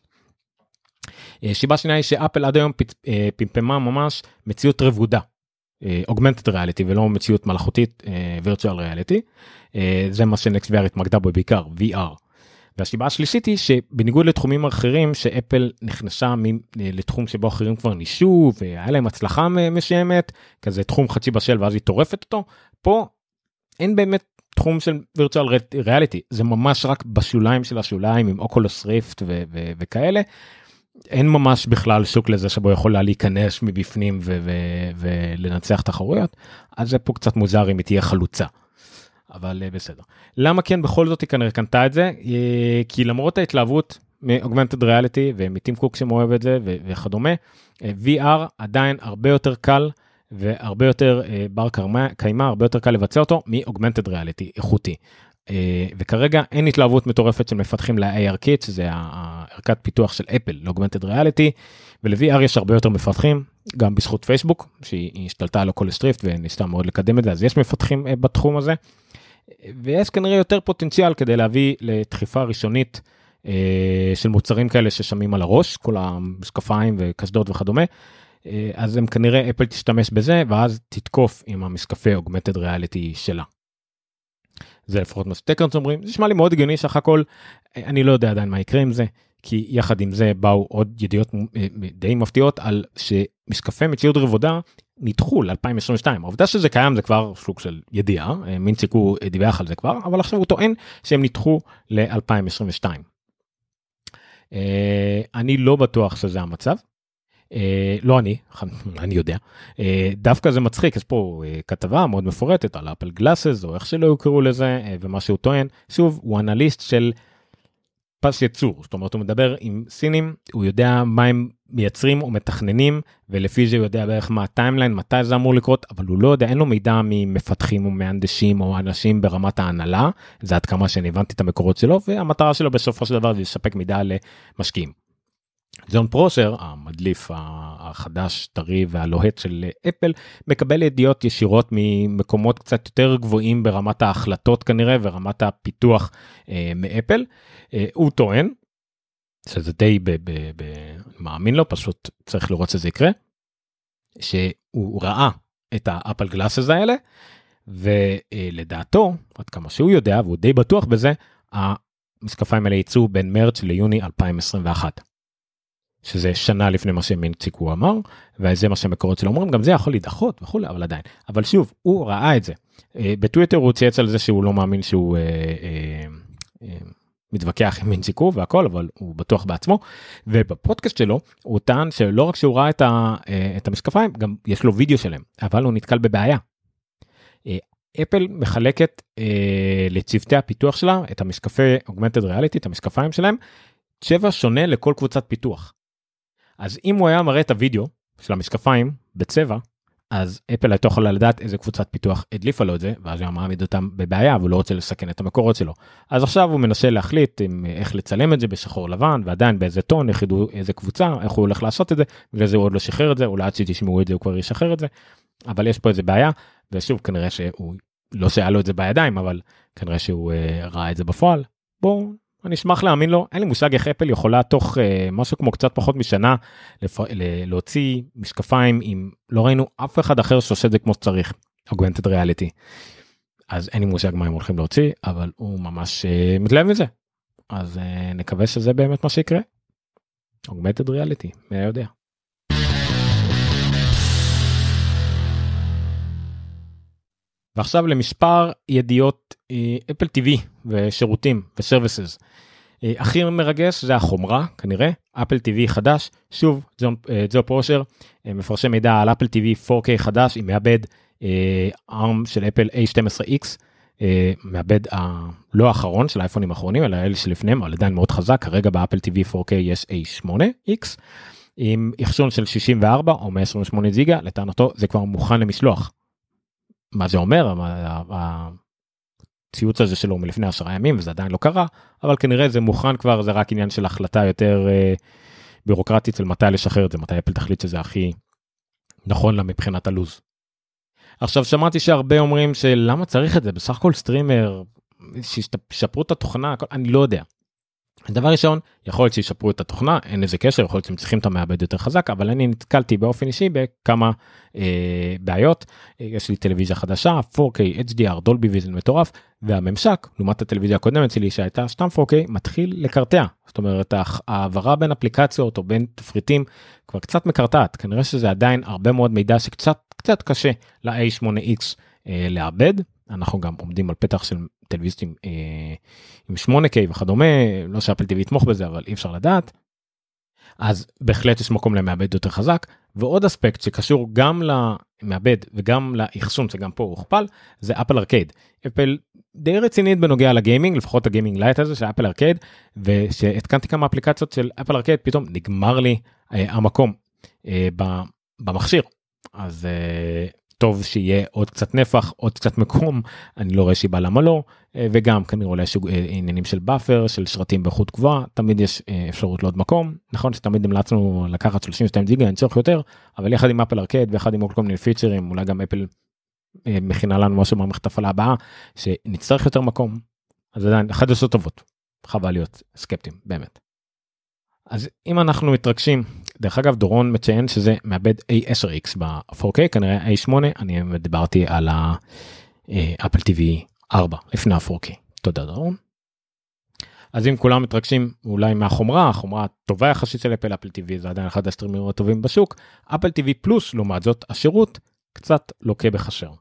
שיבה שנייה היא שאפל עד היום פמפמה ממש מציאות רבודה, augmented reality ולא מציאות מלאכותית, virtual reality, זה מה ש-NextVR התמקדה בו בעיקר, וי אר. והשיבה השלישית היא שבניגוד לתחומים אחרים שאפל נכנסה לתחום שבו אחרים כבר נישו והיה להם הצלחה משיימת, כזה תחום חצי בשל ואז היא טורפת אותו, פה אין באמת תחום של virtual reality, זה ממש רק בשוליים של השוליים עם אוקולוס ריפט וכאלה, אין ממש בכלל שוק לזה שבו יכולה להיכנס מבפנים ו- ו- ולנצח תחרויות, אז זה פה קצת מוזר אם היא תהיה חלוצה, אבל בסדר. למה כן בכל זאת היא כנראה קנתה את זה? כי למרות ההתלהבות מ-Augmented Reality ומיטים קוק שמאוהב את זה ו- וכדומה, וי אר עדיין הרבה יותר קל והרבה יותר בר קיימה, הרבה יותר קל לבצע אותו מ-Augmented Reality איכותי. וכרגע אין התלהבות מטורפת של מפתחים ל-איי אר Kit, שזה הערכת פיתוח של אפל, ל-Augmented Reality, ול-וי אר יש הרבה יותר מפתחים, גם בזכות פייסבוק, שהיא השתלטה על אוקולוס ריפט וניסתה מאוד לקדם את זה, אז יש מפתחים בתחום הזה, ויש כנראה יותר פוטנציאל כדי להביא לדחיפה ראשונית של מוצרים כאלה ששמים על הראש, כל המשקפיים וקסדות וכדומה, אז הם כנראה אפל תשתמש בזה, ואז תתקוף עם המשקפי Augmented Reality שלה. זה לפחות מה שטקראנץ' אומרים, זה שמע לי מאוד הגיוני שאחר הכל, אני לא יודע עדיין מה יקרה עם זה, כי יחד עם זה באו עוד ידיעות די מפתיעות על שמשקפי מציאות רבודה נדחו ל-אלפיים עשרים ושתיים, העובדה שזה קיים זה כבר סוג של ידיעה, מינצ'יקו דיווח על זה כבר, אבל עכשיו הוא טוען שהם נדחו ל-אלפיים עשרים ושתיים. אני לא בטוח שזה המצב, לא אני, אני יודע, דווקא זה מצחיק, יש פה כתבה מאוד מפורטת על אפל גלאסס, או איך שלא יקראו לזה, ומה שהוא טוען, שוב, הוא אנליסט של פס יצור, זאת אומרת, הוא מדבר עם סינים, הוא יודע מה הם מייצרים או מתכננים, ולפי זה הוא יודע בערך מה הטיימליין, מתי זה אמור לקרות, אבל הוא לא יודע, אין לו מידע ממפתחים או מהנדשים או אנשים ברמת ההנהלה, זה עד כמה שאני הבנתי את המקורות שלו, והמטרה שלו בסופו של דבר זה לספק מידע למשקיעים. ג'ון פרוסר, המדליף החדש, טרי והלוהט של אפל, מקבל ידיעות ישירות ממקומות קצת יותר גבוהים ברמת ההחלטות כנראה, ורמת הפיתוח אה, מאפל. אה, הוא טוען, שזה די ב- ב- ב- מאמין לו, פשוט צריך לראות שזה יקרה, שהוא ראה את האפל גלאסס האלה, ולדעתו, עד כמה שהוא יודע, והוא די בטוח בזה, המשקפיים האלה יצאו בין מרץ ליוני אלפיים עשרים ואחת. שזה שנה לפני מה שמינצ'יקו אמר, וזה מה שמקורות שלו אומרים, גם זה יכול להידחות וכו', אבל עדיין. אבל שוב, הוא ראה את זה. בטוויטר הוא צייץ על זה שהוא לא מאמין שהוא אה, אה, אה, מתווכח עם מינצ'יקו והכל, אבל הוא בטוח בעצמו, ובפודקאסט שלו הוא טען שלא רק שהוא ראה את, ה, אה, את המשקפיים, גם יש לו וידאו שלהם, אבל הוא נתקל בבעיה. אה, אפל מחלקת אה, לצוותי הפיתוח שלה, את המשקפי Augmented Reality, את המשקפיים שלהם, צבע שונה לכל קבוצת פיתוח. אז אם הוא היה מראה את הוידאו של המשקפיים בצבע, אז אפל הייתה יכולה לדעת איזה קבוצת פיתוח הדליפה לו את זה, ואז הוא מעמיד אותם בבעיה, והוא לא רוצה לסכן את המקורות שלו. אז עכשיו הוא מנסה להחליט עם, איך לצלם את זה בשחור לבן, ועדיין באיזה טון, איך ידעו איזה קבוצה, איך הוא הולך לעשות את זה, בגלל זה הוא עוד לא שחרר את זה, אולי עד שתשמעו את זה הוא כבר ישחרר את זה, אבל יש פה איזה בעיה, ושוב כנראה שהוא, לא שהיה לו את זה בידיים, אבל כנראה שהוא אה, ראה את זה בפועל. בואו, אני אשמח להאמין לו, אין לי מושג איך אפל יכולה תוך אה, משהו כמו קצת פחות משנה לפ... להוציא משקפיים אם לא ראינו אף אחד אחר שעושה את זה כמו שצריך, Augmented Reality. אז אין לי מושג מה הם הולכים להוציא, אבל הוא ממש אה, מתלהב מזה. אז אה, נקווה שזה באמת מה שיקרה. Augmented Reality, מי יודע. ועכשיו למספר ידיעות אפל טי וי ושירותים וסרוויסס. הכי מרגש זה החומרה כנראה, אפל טי וי חדש, שוב ג'ו פרושר מפרשם מידע על אפל טי וי פור קיי חדש, עם מעבד ארם של אפל איי שתים עשרה אקס, מעבד הלא האחרון של האייפונים האחרונים, אלא אלה שלפניהם, אבל עדיין מאוד חזק, כרגע באפל טי וי פור קיי יש איי שמונה אקס, עם אחסון של שישים וארבע או מאה עשרים ושמונה ג'יגה, לטענתו זה כבר מוכן למשלוח. מה זה אומר? הציוץ הזה שלו מלפני עשרה ימים, וזה עדיין לא קרה, אבל כנראה זה מוכן כבר, זה רק עניין של החלטה יותר אה, בירוקרטית של מתי לשחרר את זה, מתי אפל תחליט שזה הכי נכון לה מבחינת הלוז. עכשיו שמעתי שהרבה אומרים שלמה צריך את זה, בסך הכל סטרימר, שישפרו את התוכנה, אני לא יודע. דבר ראשון, יכול להיות שישפרו את התוכנה, אין איזה קשר, יכול להיות שהם צריכים את המעבד יותר חזק, אבל אני נתקלתי באופן אישי בכמה אה, בעיות. יש לי טלוויזיה חדשה, פור קיי, אייץ' די אר, דולבי ויז'ן מטורף, והממשק, לעומת הטלוויזיה הקודמת שלי שהייתה שתיים פור קיי, מתחיל לקרטע. זאת אומרת, העברה בין אפליקציות או בין תפריטים כבר קצת מקרטעת. כנראה שזה עדיין הרבה מאוד מידע שקצת קצת קשה ל-איי שמונה אקס אה, לעבד. אנחנו גם עומדים על פתח של טלוויזיות אה, עם שמונה קיי וכדומה, לא שאפל טיווי יתמוך בזה, אבל אי אפשר לדעת. אז בהחלט יש מקום למעבד יותר חזק, ועוד אספקט שקשור גם למעבד וגם לאחסון, שגם פה הוא הוכפל, זה אפל ארקייד. אפל די רצינית בנוגע לגיימינג, לפחות הגיימינג לייט הזה של אפל ארקייד, ושהתקנתי כמה אפליקציות של אפל ארקייד, פתאום נגמר לי אה, המקום אה, במכשיר. אז uh, טוב שיהיה עוד קצת נפח, עוד קצת מקום, אני לא רואה שיבה למה לא, uh, וגם כנראה אולי יש uh, עניינים של באפר, של שרתים באיכות גבוהה, תמיד יש uh, אפשרות לעוד מקום, נכון שתמיד המלצנו לקחת שלושים ושתיים ג'יגה, אין צורך יותר, אבל יחד עם אפל ארקייד ויחד עם עוד כל מיני פיצ'רים, אולי גם אפל uh, מכינה לנו משהו מהמערכת הפעלה הבאה, שנצטרך יותר מקום, אז עדיין חדשות טובות, חבל להיות סקפטיים, באמת. אז אם אנחנו מתרגשים, דרך אגב דורון מציין שזה מעבד איי עשר אקס ב-פור קיי, כנראה איי שמונה, אני דיברתי על האפל טיווי ארבע לפני ה-פור קיי. תודה דורון. אז אם כולם מתרגשים אולי מהחומרה, החומרה הטובה יחסית של אפל, אפל טיווי זה עדיין אחד הסטרימים הטובים בשוק, אפל טיווי פלוס לעומת זאת השירות קצת לוקה בחסר.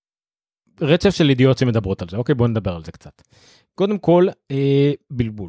רצף של ידיעות שמדברות על זה, אוקיי בואו נדבר על זה קצת. קודם כל אה, בלבול.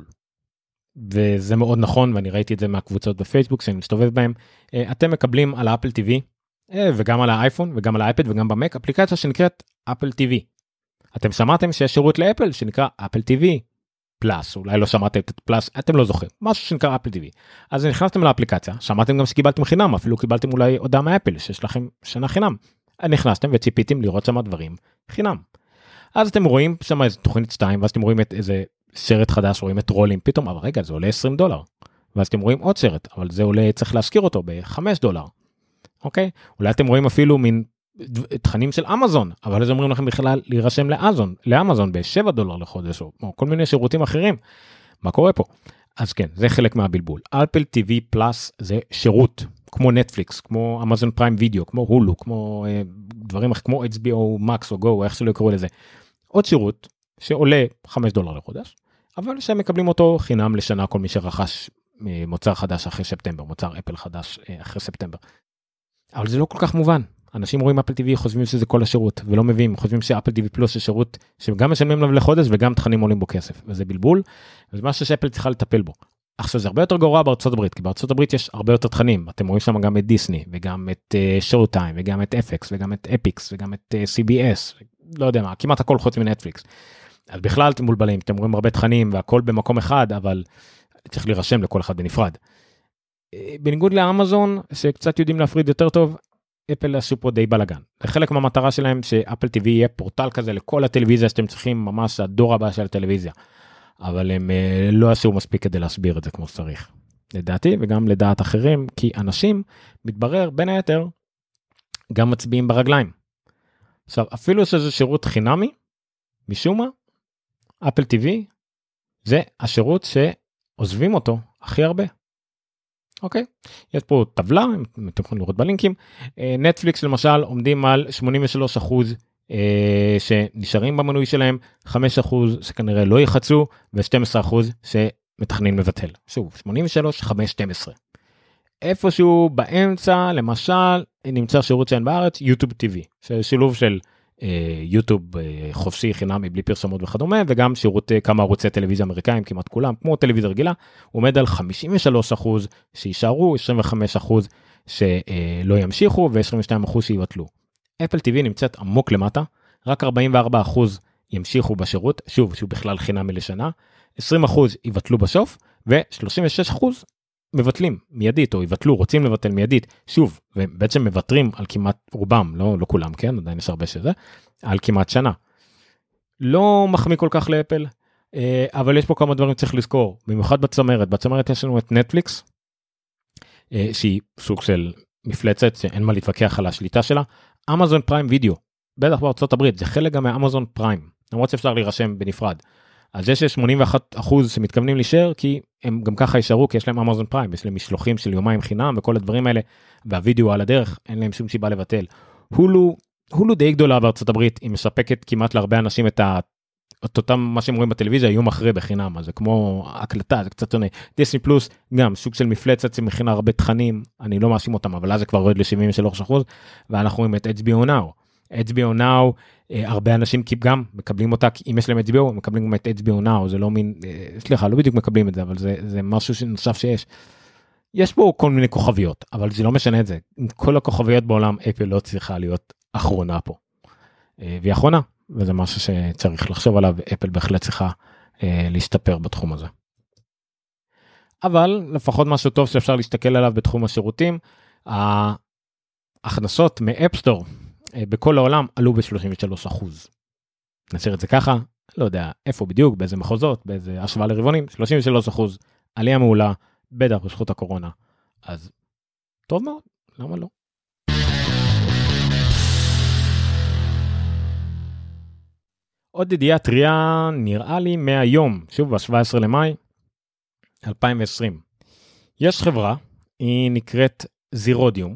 וזה מאוד נכון, ואני ראיתי את זה מהקבוצות בפייסבוק שאני מסתובב בהם, אתם מקבלים על האפל טיווי, וגם על האייפון, וגם על האייפד, וגם במק, אפליקציה שנקראת אפל טיווי. אתם שמעתם שיש שירות לאפל שנקרא אפל טיווי פלאס, אולי לא שמעתם את פלאס, אתם לא זוכרים, משהו שנקרא אפל טיווי. אז נכנסתם לאפליקציה, שמעתם גם שקיבלתם חינם, אפילו קיבלתם אולי הודעה מאפל, שיש לכם שנה חינם. נכנסתם וציפיתם לראות שם דברים חינם. אז אתם רואים שם איזה תוכנית שתיים, ואז אתם רואים את איזה סרט חדש, רואים את רולים, פתאום, אבל רגע, זה עולה עשרים דולר. ואז אתם רואים עוד סרט, אבל זה עולה, צריך להשכיר אותו ב-חמישה דולר. אוקיי? אולי אתם רואים אפילו מין תכנים של אמזון, אבל אז אומרים לכם בכלל להירשם לאמזון, לאמזון ב-שבעה דולר לחודש, או כל מיני שירותים אחרים. מה קורה פה? אז כן, זה חלק מהבלבול. אפל טיווי פלאס זה שירות, כמו נטפליקס, כמו אמזון פריים וידאו, כמו הולו, כמו אה, דברים כמו אייץ' בי או מקס או גו, איך שלא יקראו לזה. עוד שירות שעולה חמישה דולר לחודש, אבל שהם מקבלים אותו חינם לשנה כל מי שרכש מוצר חדש אחרי ספטמבר, מוצר אפל חדש אחרי ספטמבר. אבל זה לא כל כך מובן. אנשים רואים אפל טיווי, חושבים שזה כל השירות, ולא מביאים, חושבים שאפל טיווי פלוס זה שירות שגם משלמים לו לחודש וגם תכנים עולים בו כסף, וזה בלבול, וזה משהו שאפל צריכה לטפל בו. עכשיו זה הרבה יותר גרוע בארצות הברית, כי בארצות הברית יש הרבה יותר תכנים, אתם רואים שם גם את דיסני, וגם את שואו טיים, וגם את אף אקס, וגם את אפיקס, וגם את סי בי אס, לא יודע מה, כמעט הכל חוץ מנטפליקס. אז בכלל אתם מולבלים, אתם רואים הרבה תכנים והכל במקום אחד, אבל צריך להירשם לכל אחד בנפרד. בניגוד לאמזון, שקצת יודעים להפריד יותר טוב, אפל עשו פה די בלגן. זה חלק מהמטרה שלהם שאפל טיווי יהיה פורטל כזה לכל הטלוויזיה שאתם צריכים, ממש הדור הבא של הטלוויזיה. אבל הם לא עשו מספיק כדי להסביר את זה כמו שצריך. לדעתי וגם לדעת אחרים, כי אנשים מתברר בין היתר גם מצביעים ברגליים. עכשיו, אפילו שזה שירות חינמי, משום מה, אפל טיווי זה השירות שעוזבים אותו הכי הרבה. אוקיי, יש פה טבלה, אתם יכולים לראות בלינקים, נטפליקס למשל עומדים על שמונים ושלושה אחוז שנשארים במנוי שלהם, חמישה אחוז שכנראה לא יחצו, ו-שנים עשר אחוז שמתכננים לבטל. שוב, שמונים ושלושה, חמש, שתים עשרה. איפשהו באמצע, למשל, נמצא שירות שאין בארץ, יוטיוב טיווי, שילוב של יוטיוב חופשי חינמי בלי פרסומות וכדומה, וגם שירות כמה ערוצי טלוויזיה אמריקאים, כמעט כולם, כמו טלוויזיה רגילה, הוא עומד על חמישים ושלושה אחוז שישארו, עשרים וחמישה אחוז שלא ימשיכו, ו-עשרים ושניים אחוז שיבטלו. אפל טיווי נמצאת עמוק למטה, רק ארבעים וארבעה אחוז ימשיכו בשירות, שוב, שהוא בכלל חינמי לשנה, עשרים אחוז יבטלו בסוף, ו-שלושים ושש אחוז מבטלים מיידית, או יבטלו, רוצים לבטל מיידית, שוב, ובעצם מבטרים על כמעט רובם, לא, לא כולם, כן, עדיין יש הרבה שזה, על כמעט שנה. לא מחמיא כל כך לאפל, אבל יש פה כמה דברים צריך לזכור, במיוחד בצמרת, בצמרת יש לנו את נטפליקס, שהיא סוג של מפלצת, שאין מה להתווכח על השליטה שלה, אמזון פריים וידאו, בטח בארצות הברית, זה חלק גם מאמזון פריים, למרות שאפשר להירשם בנפרד. אז יש שמונים ואחד אחוז שמתכוונים להישאר, כי הם גם ככה יישארו, כי יש להם אמזון פריים, יש להם משלוחים של יומיים חינם וכל הדברים האלה, והווידאו על הדרך, אין להם שום סיבה לבטל. הולו, הולו די גדולה בארצות הברית, היא מספקת כמעט להרבה אנשים את ה... את אותם מה שהם רואים בטלוויזיה, יום אחרי בחינם, אז זה כמו הקלטה, זה קצת עונה. דיסני פלוס, גם סוג של מפלצת, זה מכינה הרבה תכנים, אני לא מאשים אותם, אבל אז זה כבר רד ל-שבעים ושלושה אחוז, ואנחנו רואים את אייץ' בי או Now. אייץ' בי או Now, הרבה אנשים גם מקבלים אותה, אם יש להם אייץ' בי או, מקבלים גם את אייץ' בי או Now, זה לא מין, סליחה, לא בדיוק מקבלים את זה, אבל זה, זה משהו נוסף שיש. יש פה כל מיני כוכביות, אבל זה לא משנה את זה. עם כל הכוכביות בעולם, אפל לא צריכה להיות אחרונה פה. והיא אחרונה, וזה משהו שצריך לחשוב עליו, אפל בהחלט צריכה להשתפר בתחום הזה. אבל לפחות משהו טוב שאפשר להסתכל עליו בתחום השירותים, ההכנסות מאפסטור, בכל העולם עלו ב-שלושים ושלושה אחוז. נשאר את זה ככה, לא יודע איפה בדיוק, באיזה מחוזות, באיזה השוואה לרבעונים, שלושים ושלושה אחוז, עלייה מעולה, בטח בזכות הקורונה. אז טוב מאוד, למה לא? עוד ידיעה טריה נראה לי מהיום, שוב ב-שבעה עשר למאי אלפיים ועשרים. יש חברה, היא נקראת זירודיום,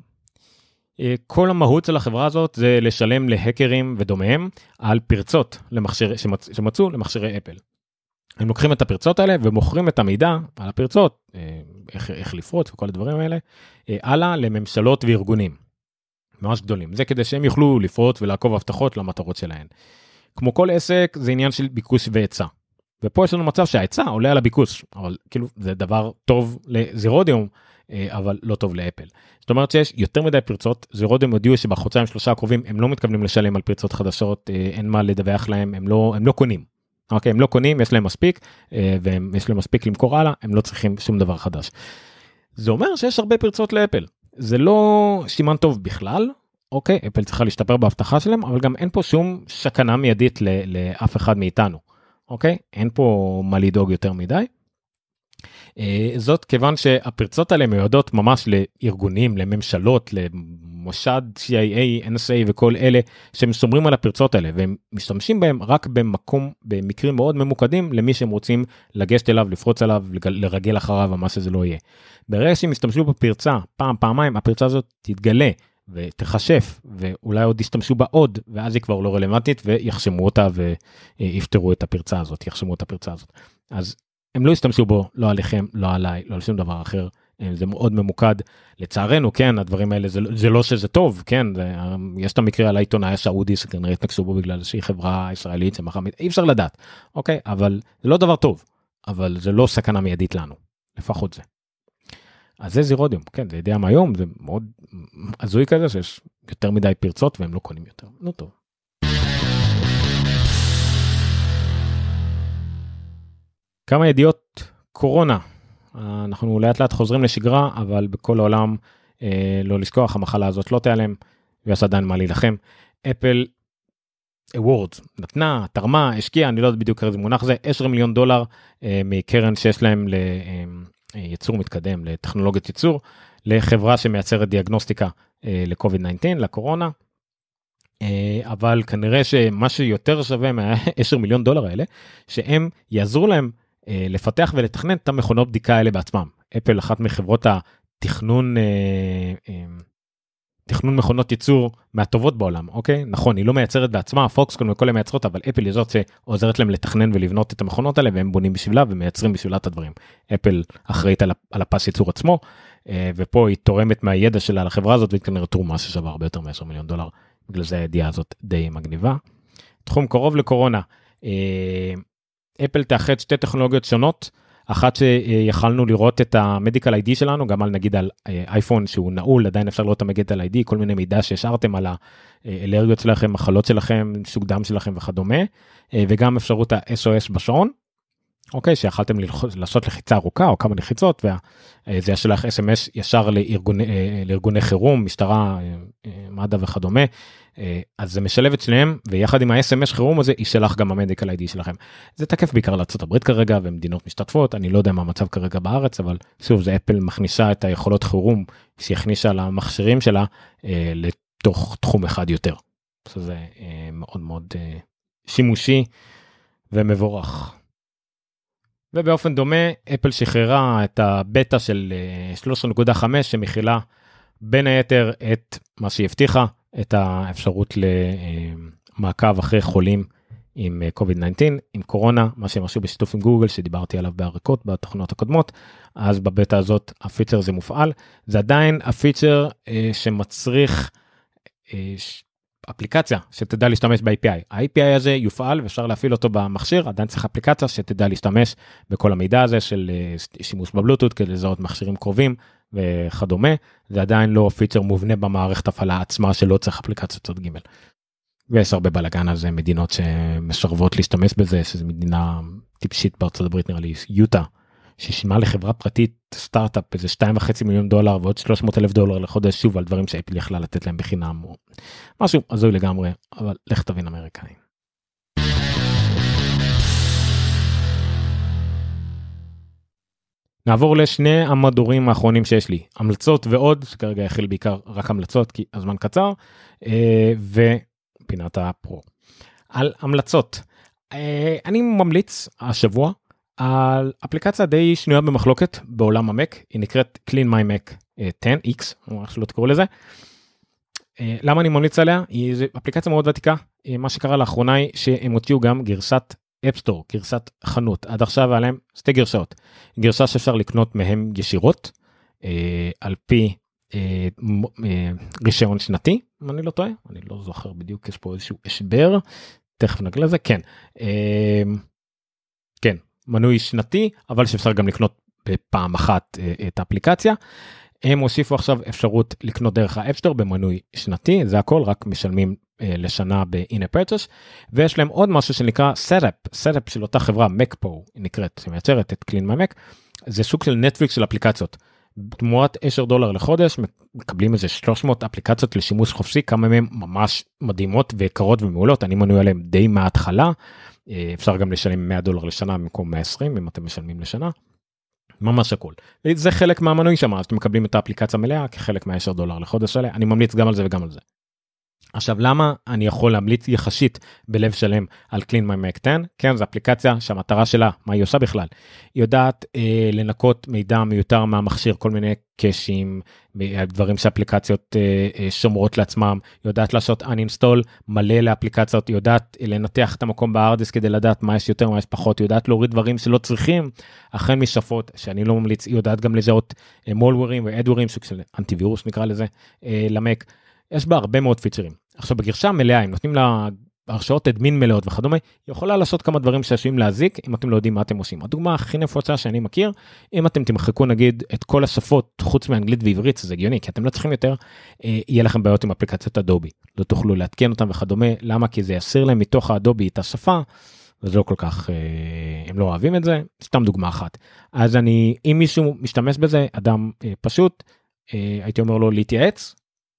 כל המהות של החברה הזאת זה לשלם להקרים ודומיהם על פרצות למכשיר, שמצ, שמצאו למכשירי אפל. הם לוקחים את הפרצות האלה ומוכרים את המידע על הפרצות, איך, איך לפרוץ וכל הדברים האלה, הלאה לממשלות וארגונים. ממש גדולים. זה כדי שהם יוכלו לפרוץ ולעקוב הבטחות למטרות שלהם. כמו כל עסק זה עניין של ביקוש והיצע. ופה יש לנו מצב שההיצע עולה על הביקוש, אבל כאילו זה דבר טוב לזירודיום, אבל לא טוב לאפל. זאת אומרת שיש יותר מדי פרצות, זירודיום הודיעו שבחודשיים שלושה הקרובים הם לא מתכוונים לשלם על פרצות חדשות, אין מה לדווח להם, הם לא, הם לא קונים. אוקיי, הם לא קונים, יש להם מספיק, ויש להם מספיק למכור הלאה, הם לא צריכים שום דבר חדש. זה אומר שיש הרבה פרצות לאפל. זה לא סימן טוב בכלל, אוקיי, אפל צריכה להשתפר בהבטחה שלהם, אבל גם אין פה שום סכנה מיידית לאף אחד מאיתנו. אוקיי, אין פה מה לדאוג יותר מדי. זאת כיוון שהפרצות האלה מיועדות ממש לארגונים, לממשלות, למוסד סי איי איי, אן אס איי וכל אלה שהם שומרים על הפרצות האלה, והם משתמשים בהם רק במקום, במקרים מאוד ממוקדים, למי שהם רוצים לגשת אליו, לפרוץ עליו, לרגל אחריו, או מה שזה לא יהיה. ברגע שהם ישתמשו בפרצה, פעם, פעמיים, הפרצה הזאת תתגלה, ותחשף, ואולי עוד ישתמשו בה עוד, ואז היא כבר לא רלוונטית, ויחשמו אותה, ויפתרו את הפרצה הזאת, יחשמו את הפרצה הזאת. אז הם לא ישתמשו בו, לא עליכם, לא עליי, לא על שום דבר אחר, זה מאוד ממוקד. לצערנו, כן, הדברים האלה, זה, זה לא שזה טוב, כן, זה, יש את המקרה על העיתונאי הסעודי, שכנראה התנגשו בו בגלל שהיא חברה ישראלית, שמחמית, אי אפשר לדעת, אוקיי, אבל זה לא דבר טוב, אבל זה לא סכנה מיידית לנו, לפחות זה. אז זה זירודיום, כן, זה ידיעה מהיום, זה מאוד הזוי כזה, שיש יותר מדי פרצות, והם לא קונים יותר, לא טוב. כמה ידיעות קורונה, אנחנו לאט לאט חוזרים לשגרה, אבל בכל העולם אה, לא לשכוח, המחלה הזאת לא תיעלם, ויש עדיין מה להילחם. אפל אוורדס נתנה, תרמה, השקיעה, אני לא יודע בדיוק איזה מונח זה, עשרה מיליון דולר אה, מקרן שיש להם לייצור מתקדם, לטכנולוגיות ייצור, לחברה שמייצרת דיאגנוסטיקה אה, לקוביד תשע עשרה, לקורונה, אה, אבל כנראה שמה שיותר שווה מה-עשרה מיליון דולר האלה, שהם יעזרו להם לפתח ולתכנן את המכונות בדיקה האלה בעצמם. אפל אחת מחברות התכנון, תכנון מכונות ייצור מהטובות בעולם, אוקיי? נכון, היא לא מייצרת בעצמה, פוקסקון וכל הן מייצרות, אבל אפל היא זאת שעוזרת להם לתכנן ולבנות את המכונות האלה, והם בונים בשבילה ומייצרים בשבילה את הדברים. אפל אחראית על הפס ייצור עצמו, ופה היא תורמת מהידע שלה לחברה הזאת, והיא כנראה תרומה ששווה הרבה יותר מ-עשרה מיליון דולר, בגלל זה הידיעה הזאת די מגניבה. תחום קרוב לקורונה, אפל תאחד שתי טכנולוגיות שונות, אחת שיכלנו לראות את המדיקל איי די שלנו, גם על נגיד על אייפון שהוא נעול, עדיין אפשר לראות את המדיקל איי די, כל מיני מידע שהשארתם על האלרגיות שלכם, מחלות שלכם, סוג דם שלכם וכדומה, וגם אפשרות ה-אס או אס בשעון, אוקיי, שיכלתם לעשות לחיצה ארוכה או כמה לחיצות, וזה ישלח אס אם אס ישר לארגוני, לארגוני חירום, משטרה, מד"א וכדומה, אז זה משלב את שניהם, ויחד עם ה-אס אם אס חירום הזה, ישלח גם המדיקל איי די שלכם. זה תקף בעיקר לארצות הברית כרגע, ומדינות משתתפות, אני לא יודע מה המצב כרגע בארץ, אבל שוב, זה אפל מכניסה את היכולות חירום, שהכניסה למכשירים שלה, לתוך תחום אחד יותר. זה מאוד מאוד שימושי ומבורך. ובאופן דומה, אפל שחררה את הבטא של שלוש עשרה נקודה חמש, שמכילה בין היתר את מה שהבטיחה, את האפשרות למעקב אחרי חולים עם קוביד תשע עשרה, עם קורונה, מה שהם עשו בשיתוף עם גוגל, שדיברתי עליו באריקות בתוכנות הקודמות, אז בבטא הזאת הפיצ'ר הזה מופעל, זה עדיין הפיצ'ר שמצריך אפליקציה שתדע להשתמש ב-איי פי איי. ה-איי פי איי הזה יופעל ואפשר להפעיל אותו במכשיר, עדיין צריך אפליקציה שתדע להשתמש בכל המידע הזה של שימוש בבלוטות, כדי לזהות מכשירים קרובים וכדומה, זה עדיין לא פיצ'ר מובנה במערכת הפעלה עצמה שלא צריך אפליקציות צד ג'. ויש הרבה בלגן על זה, מדינות שמשרבות להשתמש בזה, שזו מדינה טיפשית בארצות הברית, נראה לי יוטה, ששילמה לחברה פרטית סטארט-אפ איזה שתיים וחצי מיליון דולר ועוד שלוש מאות אלף דולר לחודש, שוב על דברים שאפל יכלה לתת להם בחינם או משהו הזוי לגמרי, אבל לך תבין אמריקאים. נעבור לשני המדורים האחרונים שיש לי, המלצות ועוד, שכרגע יכיל בעיקר רק המלצות כי הזמן קצר, ופינת הפרו. על המלצות, אני ממליץ השבוע, על אפליקציה די שנויה במחלוקת בעולם המק, היא נקראת Clean My Mac עשר אקס, או איך שלא תקראו לזה. למה אני ממליץ עליה? היא אפליקציה מאוד ותיקה, מה שקרה לאחרונה היא שהם הוציאו גם גרסת אפסטור, גרסת חנות, עד עכשיו עליהם שתי גרסאות, גרסה שאפשר לקנות מהם ישירות, על פי רישיון שנתי, אם אני לא טועה, אני לא זוכר בדיוק, יש פה איזשהו הסבר, תכף נגלה לזה, כן, כן, מנוי שנתי, אבל שאפשר גם לקנות בפעם אחת את האפליקציה. הם הוסיפו עכשיו אפשרות לקנות דרך האפסטור במנוי שנתי, זה הכל, רק משלמים לשנה ב-in-app purchase, ויש להם עוד משהו שנקרא Setup, Setup של אותה חברה, MacPo, היא נקראת, שמייצרת את Clean My Mac, זה סוג של נטפליקס של אפליקציות. תמורת עשרה דולר לחודש, מקבלים איזה שלוש מאות אפליקציות לשימוש חופשי, כמה מהן ממש מדהימות ויקרות ומעולות, אני מנוי עליהן די מההתחלה, אפשר גם לשלם מאה דולר לשנה במקום מאה ועשרים, אם אתם משלמים לשנה, ממש הכל. זה חלק מהמנוי שם, אז אתם מקבלים את האפליקציה מלאה, כחלק מה-עשרה דולר לחודש עליה, אני ממליץ גם על זה וגם על זה. עכשיו, למה אני יכול להמליץ יחשית בלב שלם על Clean My Mac עשר? כן, זו אפליקציה שהמטרה שלה, מה היא עושה בכלל? היא יודעת אה, לנקות מידע מיותר מהמכשיר, כל מיני קשים, דברים שאפליקציות אה, אה, שומרות לעצמם, היא יודעת לעשות uninstall מלא לאפליקציות, היא יודעת לנתח את המקום בארדיס כדי לדעת מה יש יותר, מה יש פחות, היא יודעת להוריד דברים שלא צריכים, אכן משפות, שאני לא ממליץ, היא יודעת גם לזהות אה, מולוורים ואדוורים, סוג של אנטיווירוס נקרא לזה, אה, למק, יש בה הרבה מאוד פיצ'רים. עכשיו בגרשה המלאה, אם נותנים לה הרשאות אדמין מלאות וכדומה, היא יכולה לעשות כמה דברים שעשויים להזיק, אם אתם לא יודעים מה אתם עושים. הדוגמה הכי נפוצה שאני מכיר, אם אתם תמחקו נגיד את כל השפות חוץ מאנגלית ועברית, זה הגיוני, כי אתם לא צריכים יותר, יהיה לכם בעיות עם אפליקציית אדובי, לא תוכלו להתקן אותם וכדומה, למה? כי זה יסיר להם מתוך האדובי את השפה, וזה לא כל כך, הם לא אוהבים את זה, סתם דוגמה אחת. אז אני, אם מישהו משתמש בזה, אדם פשוט, הייתי אומר לו להתייעץ,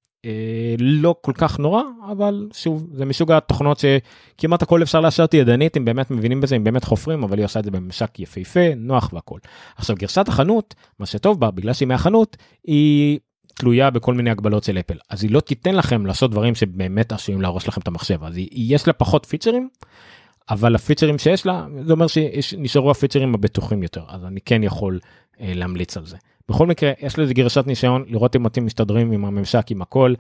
לא כל כך נורא, אבל שוב, זה מסוג התוכנות שכמעט הכל אפשר להשארתי ידנית, אם באמת מבינים בזה, אם באמת חופרים, אבל היא עושה את זה בממשק יפהפה, נוח והכל. עכשיו, גרסת החנות, מה שטוב בה, בגלל שהיא מהחנות, היא תלויה בכל מיני הגבלות של אפל. אז היא לא תיתן לכם לעשות דברים שבאמת עשויים להרוס לכם את המחשב. אז יש לה פחות פיצ'רים, אבל הפיצ'רים שיש לה, זה אומר שנשארו הפיצ'רים הבטוחים יותר. אז אני כן יכול להמליץ על זה. בכל מקרה, יש לזה גרשת ניסיון, לראות אם אתם מסתדרים עם הממשק, עם הכל.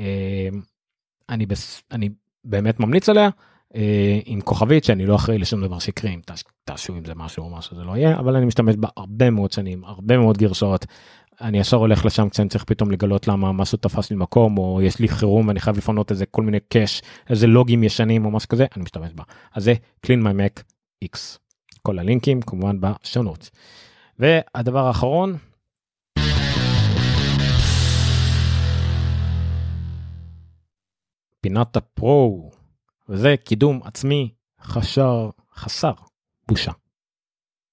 אני, בס... אני באמת ממליץ עליה, עם כוכבית, שאני לא אחראי לשום דבר שיקרה, אם תעשו עם זה משהו או משהו, זה לא יהיה, אבל אני משתמש בה הרבה מאוד שנים, הרבה מאוד גרשות. אני ישר הולך לשם כשאני צריך פתאום לגלות למה משהו תפס לי מקום, או יש לי חירום ואני חייב לפנות איזה כל מיני קש, איזה לוגים ישנים או משהו כזה, אני משתמש בה. אז זה Clean My Mac X. כל הלינקים כמובן בשונות. והדבר האחרון, פינת הפרו, וזה קידום עצמי חשר, חסר בושה.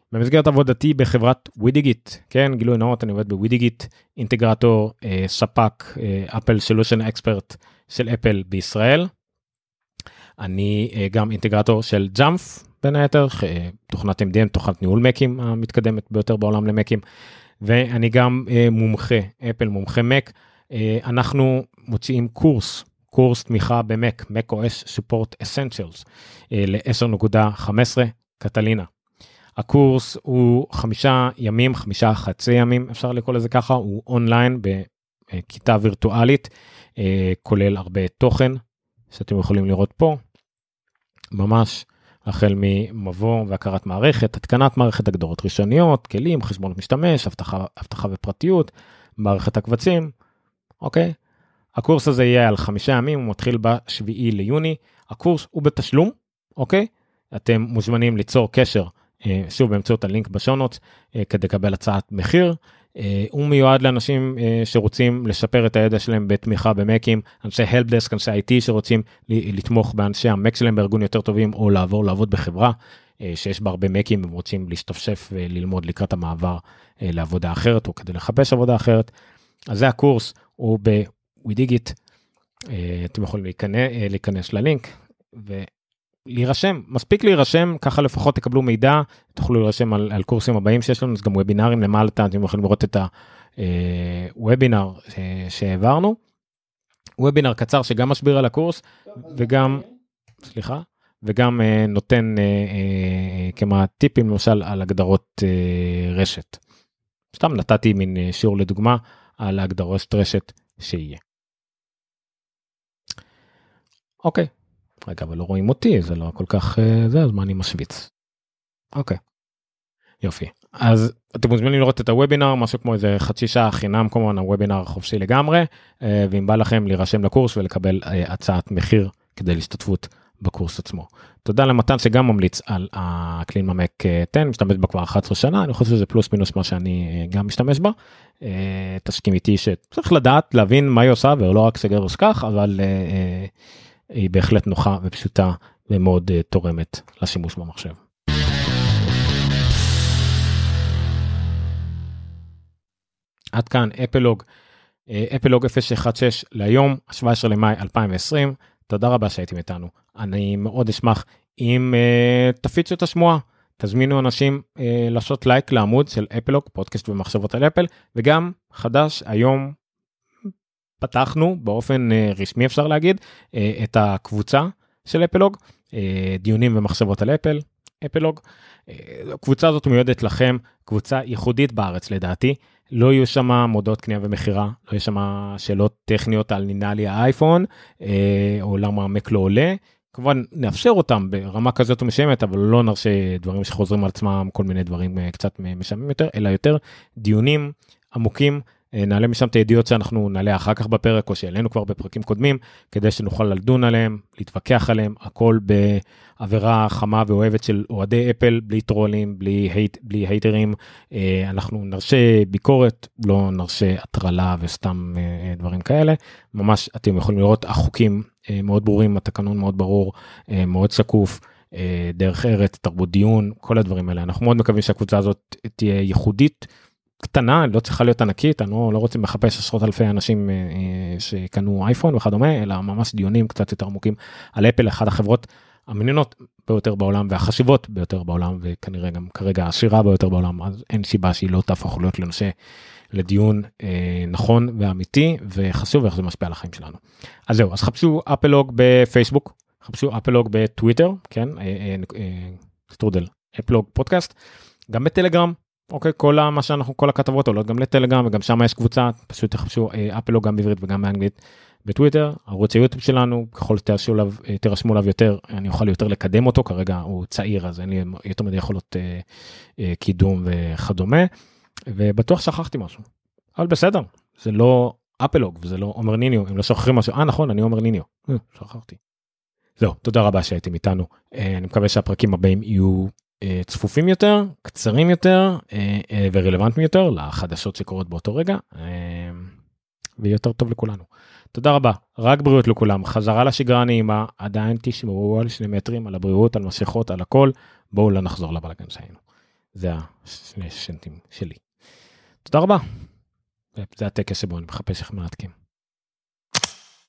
במסגרת עבודתי בחברת ווידיגיט, כן, גילוי נאות, אני עובד בווידיגיט, אינטגרטור, אה, ספק, אפל סולושן אקספרט של אפל בישראל. אני אה, גם אינטגרטור של ג'אמפ, בין היתר, אה, תוכנת אם די אם, תוכנת ניהול מקים המתקדמת ביותר בעולם למקים, ואני גם אה, מומחה, אפל מומחה מק. אה, אנחנו מוציאים קורס, קורס תמיכה במק, macOS Support Essentials, אה, ל-עשר נקודה חמש עשרה קטלינה. הקורס הוא חמישה ימים, חמישה חצי ימים, אפשר לקרוא לזה ככה, הוא אונליין בכיתה וירטואלית, כולל הרבה תוכן שאתם יכולים לראות פה, ממש החל ממבוא והכרת מערכת, התקנת מערכת, הגדרות ראשוניות, כלים, חשבונות משתמש, הבטחה, הבטחה ופרטיות, מערכת הקבצים, אוקיי? הקורס הזה יהיה על חמישה ימים, הוא מתחיל בשביעי ליוני, הקורס הוא בתשלום, אוקיי? אתם מוזמנים ליצור קשר, שוב באמצעות הלינק בשונות, כדי לקבל הצעת מחיר. הוא מיועד לאנשים שרוצים לשפר את הידע שלהם בתמיכה במקים, אנשי helpdesk, אנשי איי טי שרוצים לתמוך באנשי המק שלהם בארגון יותר טובים, או לעבור לעבוד בחברה שיש בה הרבה מקים, הם רוצים להשתפשף וללמוד לקראת המעבר לעבודה אחרת, או כדי לחפש עבודה אחרת. אז זה הקורס, הוא בווידיגיט, אתם יכולים להיכנס, להיכנס ללינק, ו... להירשם, מספיק להירשם, ככה לפחות תקבלו מידע, תוכלו להירשם על, על קורסים הבאים שיש לנו, אז גם וובינרים למעלה, אתם יכולים לראות את הוובינר שהעברנו, וובינר קצר שגם משביר על הקורס, וגם, סליחה, וגם נותן כמה טיפים, למשל על הגדרות רשת. סתם נתתי מין שיעור לדוגמה, על הגדרות רשת שיהיה. אוקיי. רגע, אבל לא רואים אותי, זה לא כל כך זה, אז מה אני משוויץ. אוקיי. יופי. אז אתם מוזמנים לראות את הוובינר, משהו כמו איזה חצי שעה חינם, כמובן הוובינר חופשי לגמרי, ואם בא לכם להירשם לקורס ולקבל הצעת מחיר כדי להשתתפות בקורס עצמו. תודה למתן שגם ממליץ על הקלין ממק עשר, משתמש בה כבר אחת עשרה שנה, אני חושב שזה פלוס מינוס מה שאני גם משתמש בה. תסכים איתי שצריך לדעת, להבין מה היא עושה, ולא רק סגר ושכח, אבל היא בהחלט נוחה ופשוטה ומאוד uh, תורמת לשימוש במחשב. עד כאן אפלוג, אפלוג אפס אחת שש להיום, שבעה עשר למאי אלפיים ועשרים. תודה רבה שהייתם איתנו. אני מאוד אשמח אם uh, תפיצו את השמועה, תזמינו אנשים uh, לעשות לייק לעמוד של אפלוג, פודקאסט ומחשבות על אפל, וגם חדש היום, פתחנו באופן רשמי אפשר להגיד את הקבוצה של אפלוג, דיונים ומחשבות על אפל, אפלוג. הקבוצה הזאת מיועדת לכם, קבוצה ייחודית בארץ לדעתי, לא יהיו שם מודעות קנייה ומחירה, לא יהיו שם שאלות טכניות על נינה לי האייפון, או למה המק לא עולה, כמובן נאפשר אותם ברמה כזאת ומשעמת, אבל לא נרשה דברים שחוזרים על עצמם, כל מיני דברים קצת משעמים יותר, אלא יותר דיונים עמוקים, נעלה משם את הידיעות שאנחנו נעלה אחר כך בפרק, או שאלינו כבר בפרקים קודמים, כדי שנוכל לדון עליהם, להתווכח עליהם, הכל בעבירה חמה ואוהבת של אוהדי אפל, בלי טרולים, בלי, הייט, בלי הייטרים, אנחנו נרשה ביקורת, לא נרשה הטרלה וסתם דברים כאלה, ממש אתם יכולים לראות החוקים מאוד ברורים, התקנון מאוד ברור, מאוד שקוף, דרך ארץ, תרבות דיון, כל הדברים האלה, אנחנו מאוד מקווים שהקבוצה הזאת תהיה ייחודית, קטנה, לא צריכה להיות ענקית, אני לא, לא רוצים לחפש עשרות אלפי אנשים אה, שקנו אייפון וכדומה, אלא ממש דיונים קצת יותר עמוקים על אפל, אחת החברות המעניינות ביותר בעולם והחשיבות ביותר בעולם, וכנראה גם כרגע העשירה ביותר בעולם, אז אין סיבה שהיא לא תהפוך להיות לנושא לדיון אה, נכון ואמיתי, וחשוב איך זה משפיע על החיים שלנו. אז זהו, אז חפשו אפלוג בפייסבוק, חפשו אפלוג בטוויטר, כן, אה, אה, אה, סטרודל, אפלוג פודקאסט, גם בטלגרם, אוקיי, כל מה שאנחנו, כל הכתבות עולות גם לטלגרם, וגם שם יש קבוצה, פשוט תחפשו אפלוג גם בעברית וגם באנגלית בטוויטר, ערוץ היוטיוב שלנו, ככל שתרשמו עליו, תרשמו עליו יותר, אני אוכל יותר לקדם אותו, כרגע הוא צעיר, אז אין לי יותר מדי יכולות אה, אה, קידום וכדומה, ובטוח שכחתי משהו, אבל בסדר, זה לא אפלוג, וזה לא עומר ניניו, אם לא שוכחים משהו, אה נכון, אני עומר ניניו, אה, שכחתי. זהו, תודה רבה שהייתם איתנו, אה, אני מקווה שהפרקים הבאים יהיו צפופים יותר, קצרים יותר ורלוונטיים יותר לחדשות שקורות באותו רגע, ויותר טוב לכולנו. תודה רבה, רק בריאות לכולם, חזרה לשגרה נעימה, עדיין תשמרו על שני מטרים, על הבריאות, על מסכות, על הכל, בואו לא נחזור לבלגן שהיינו. זה השני סנטים שלי. תודה רבה. זה הטקס שבו אני מחפש איך מעתקים.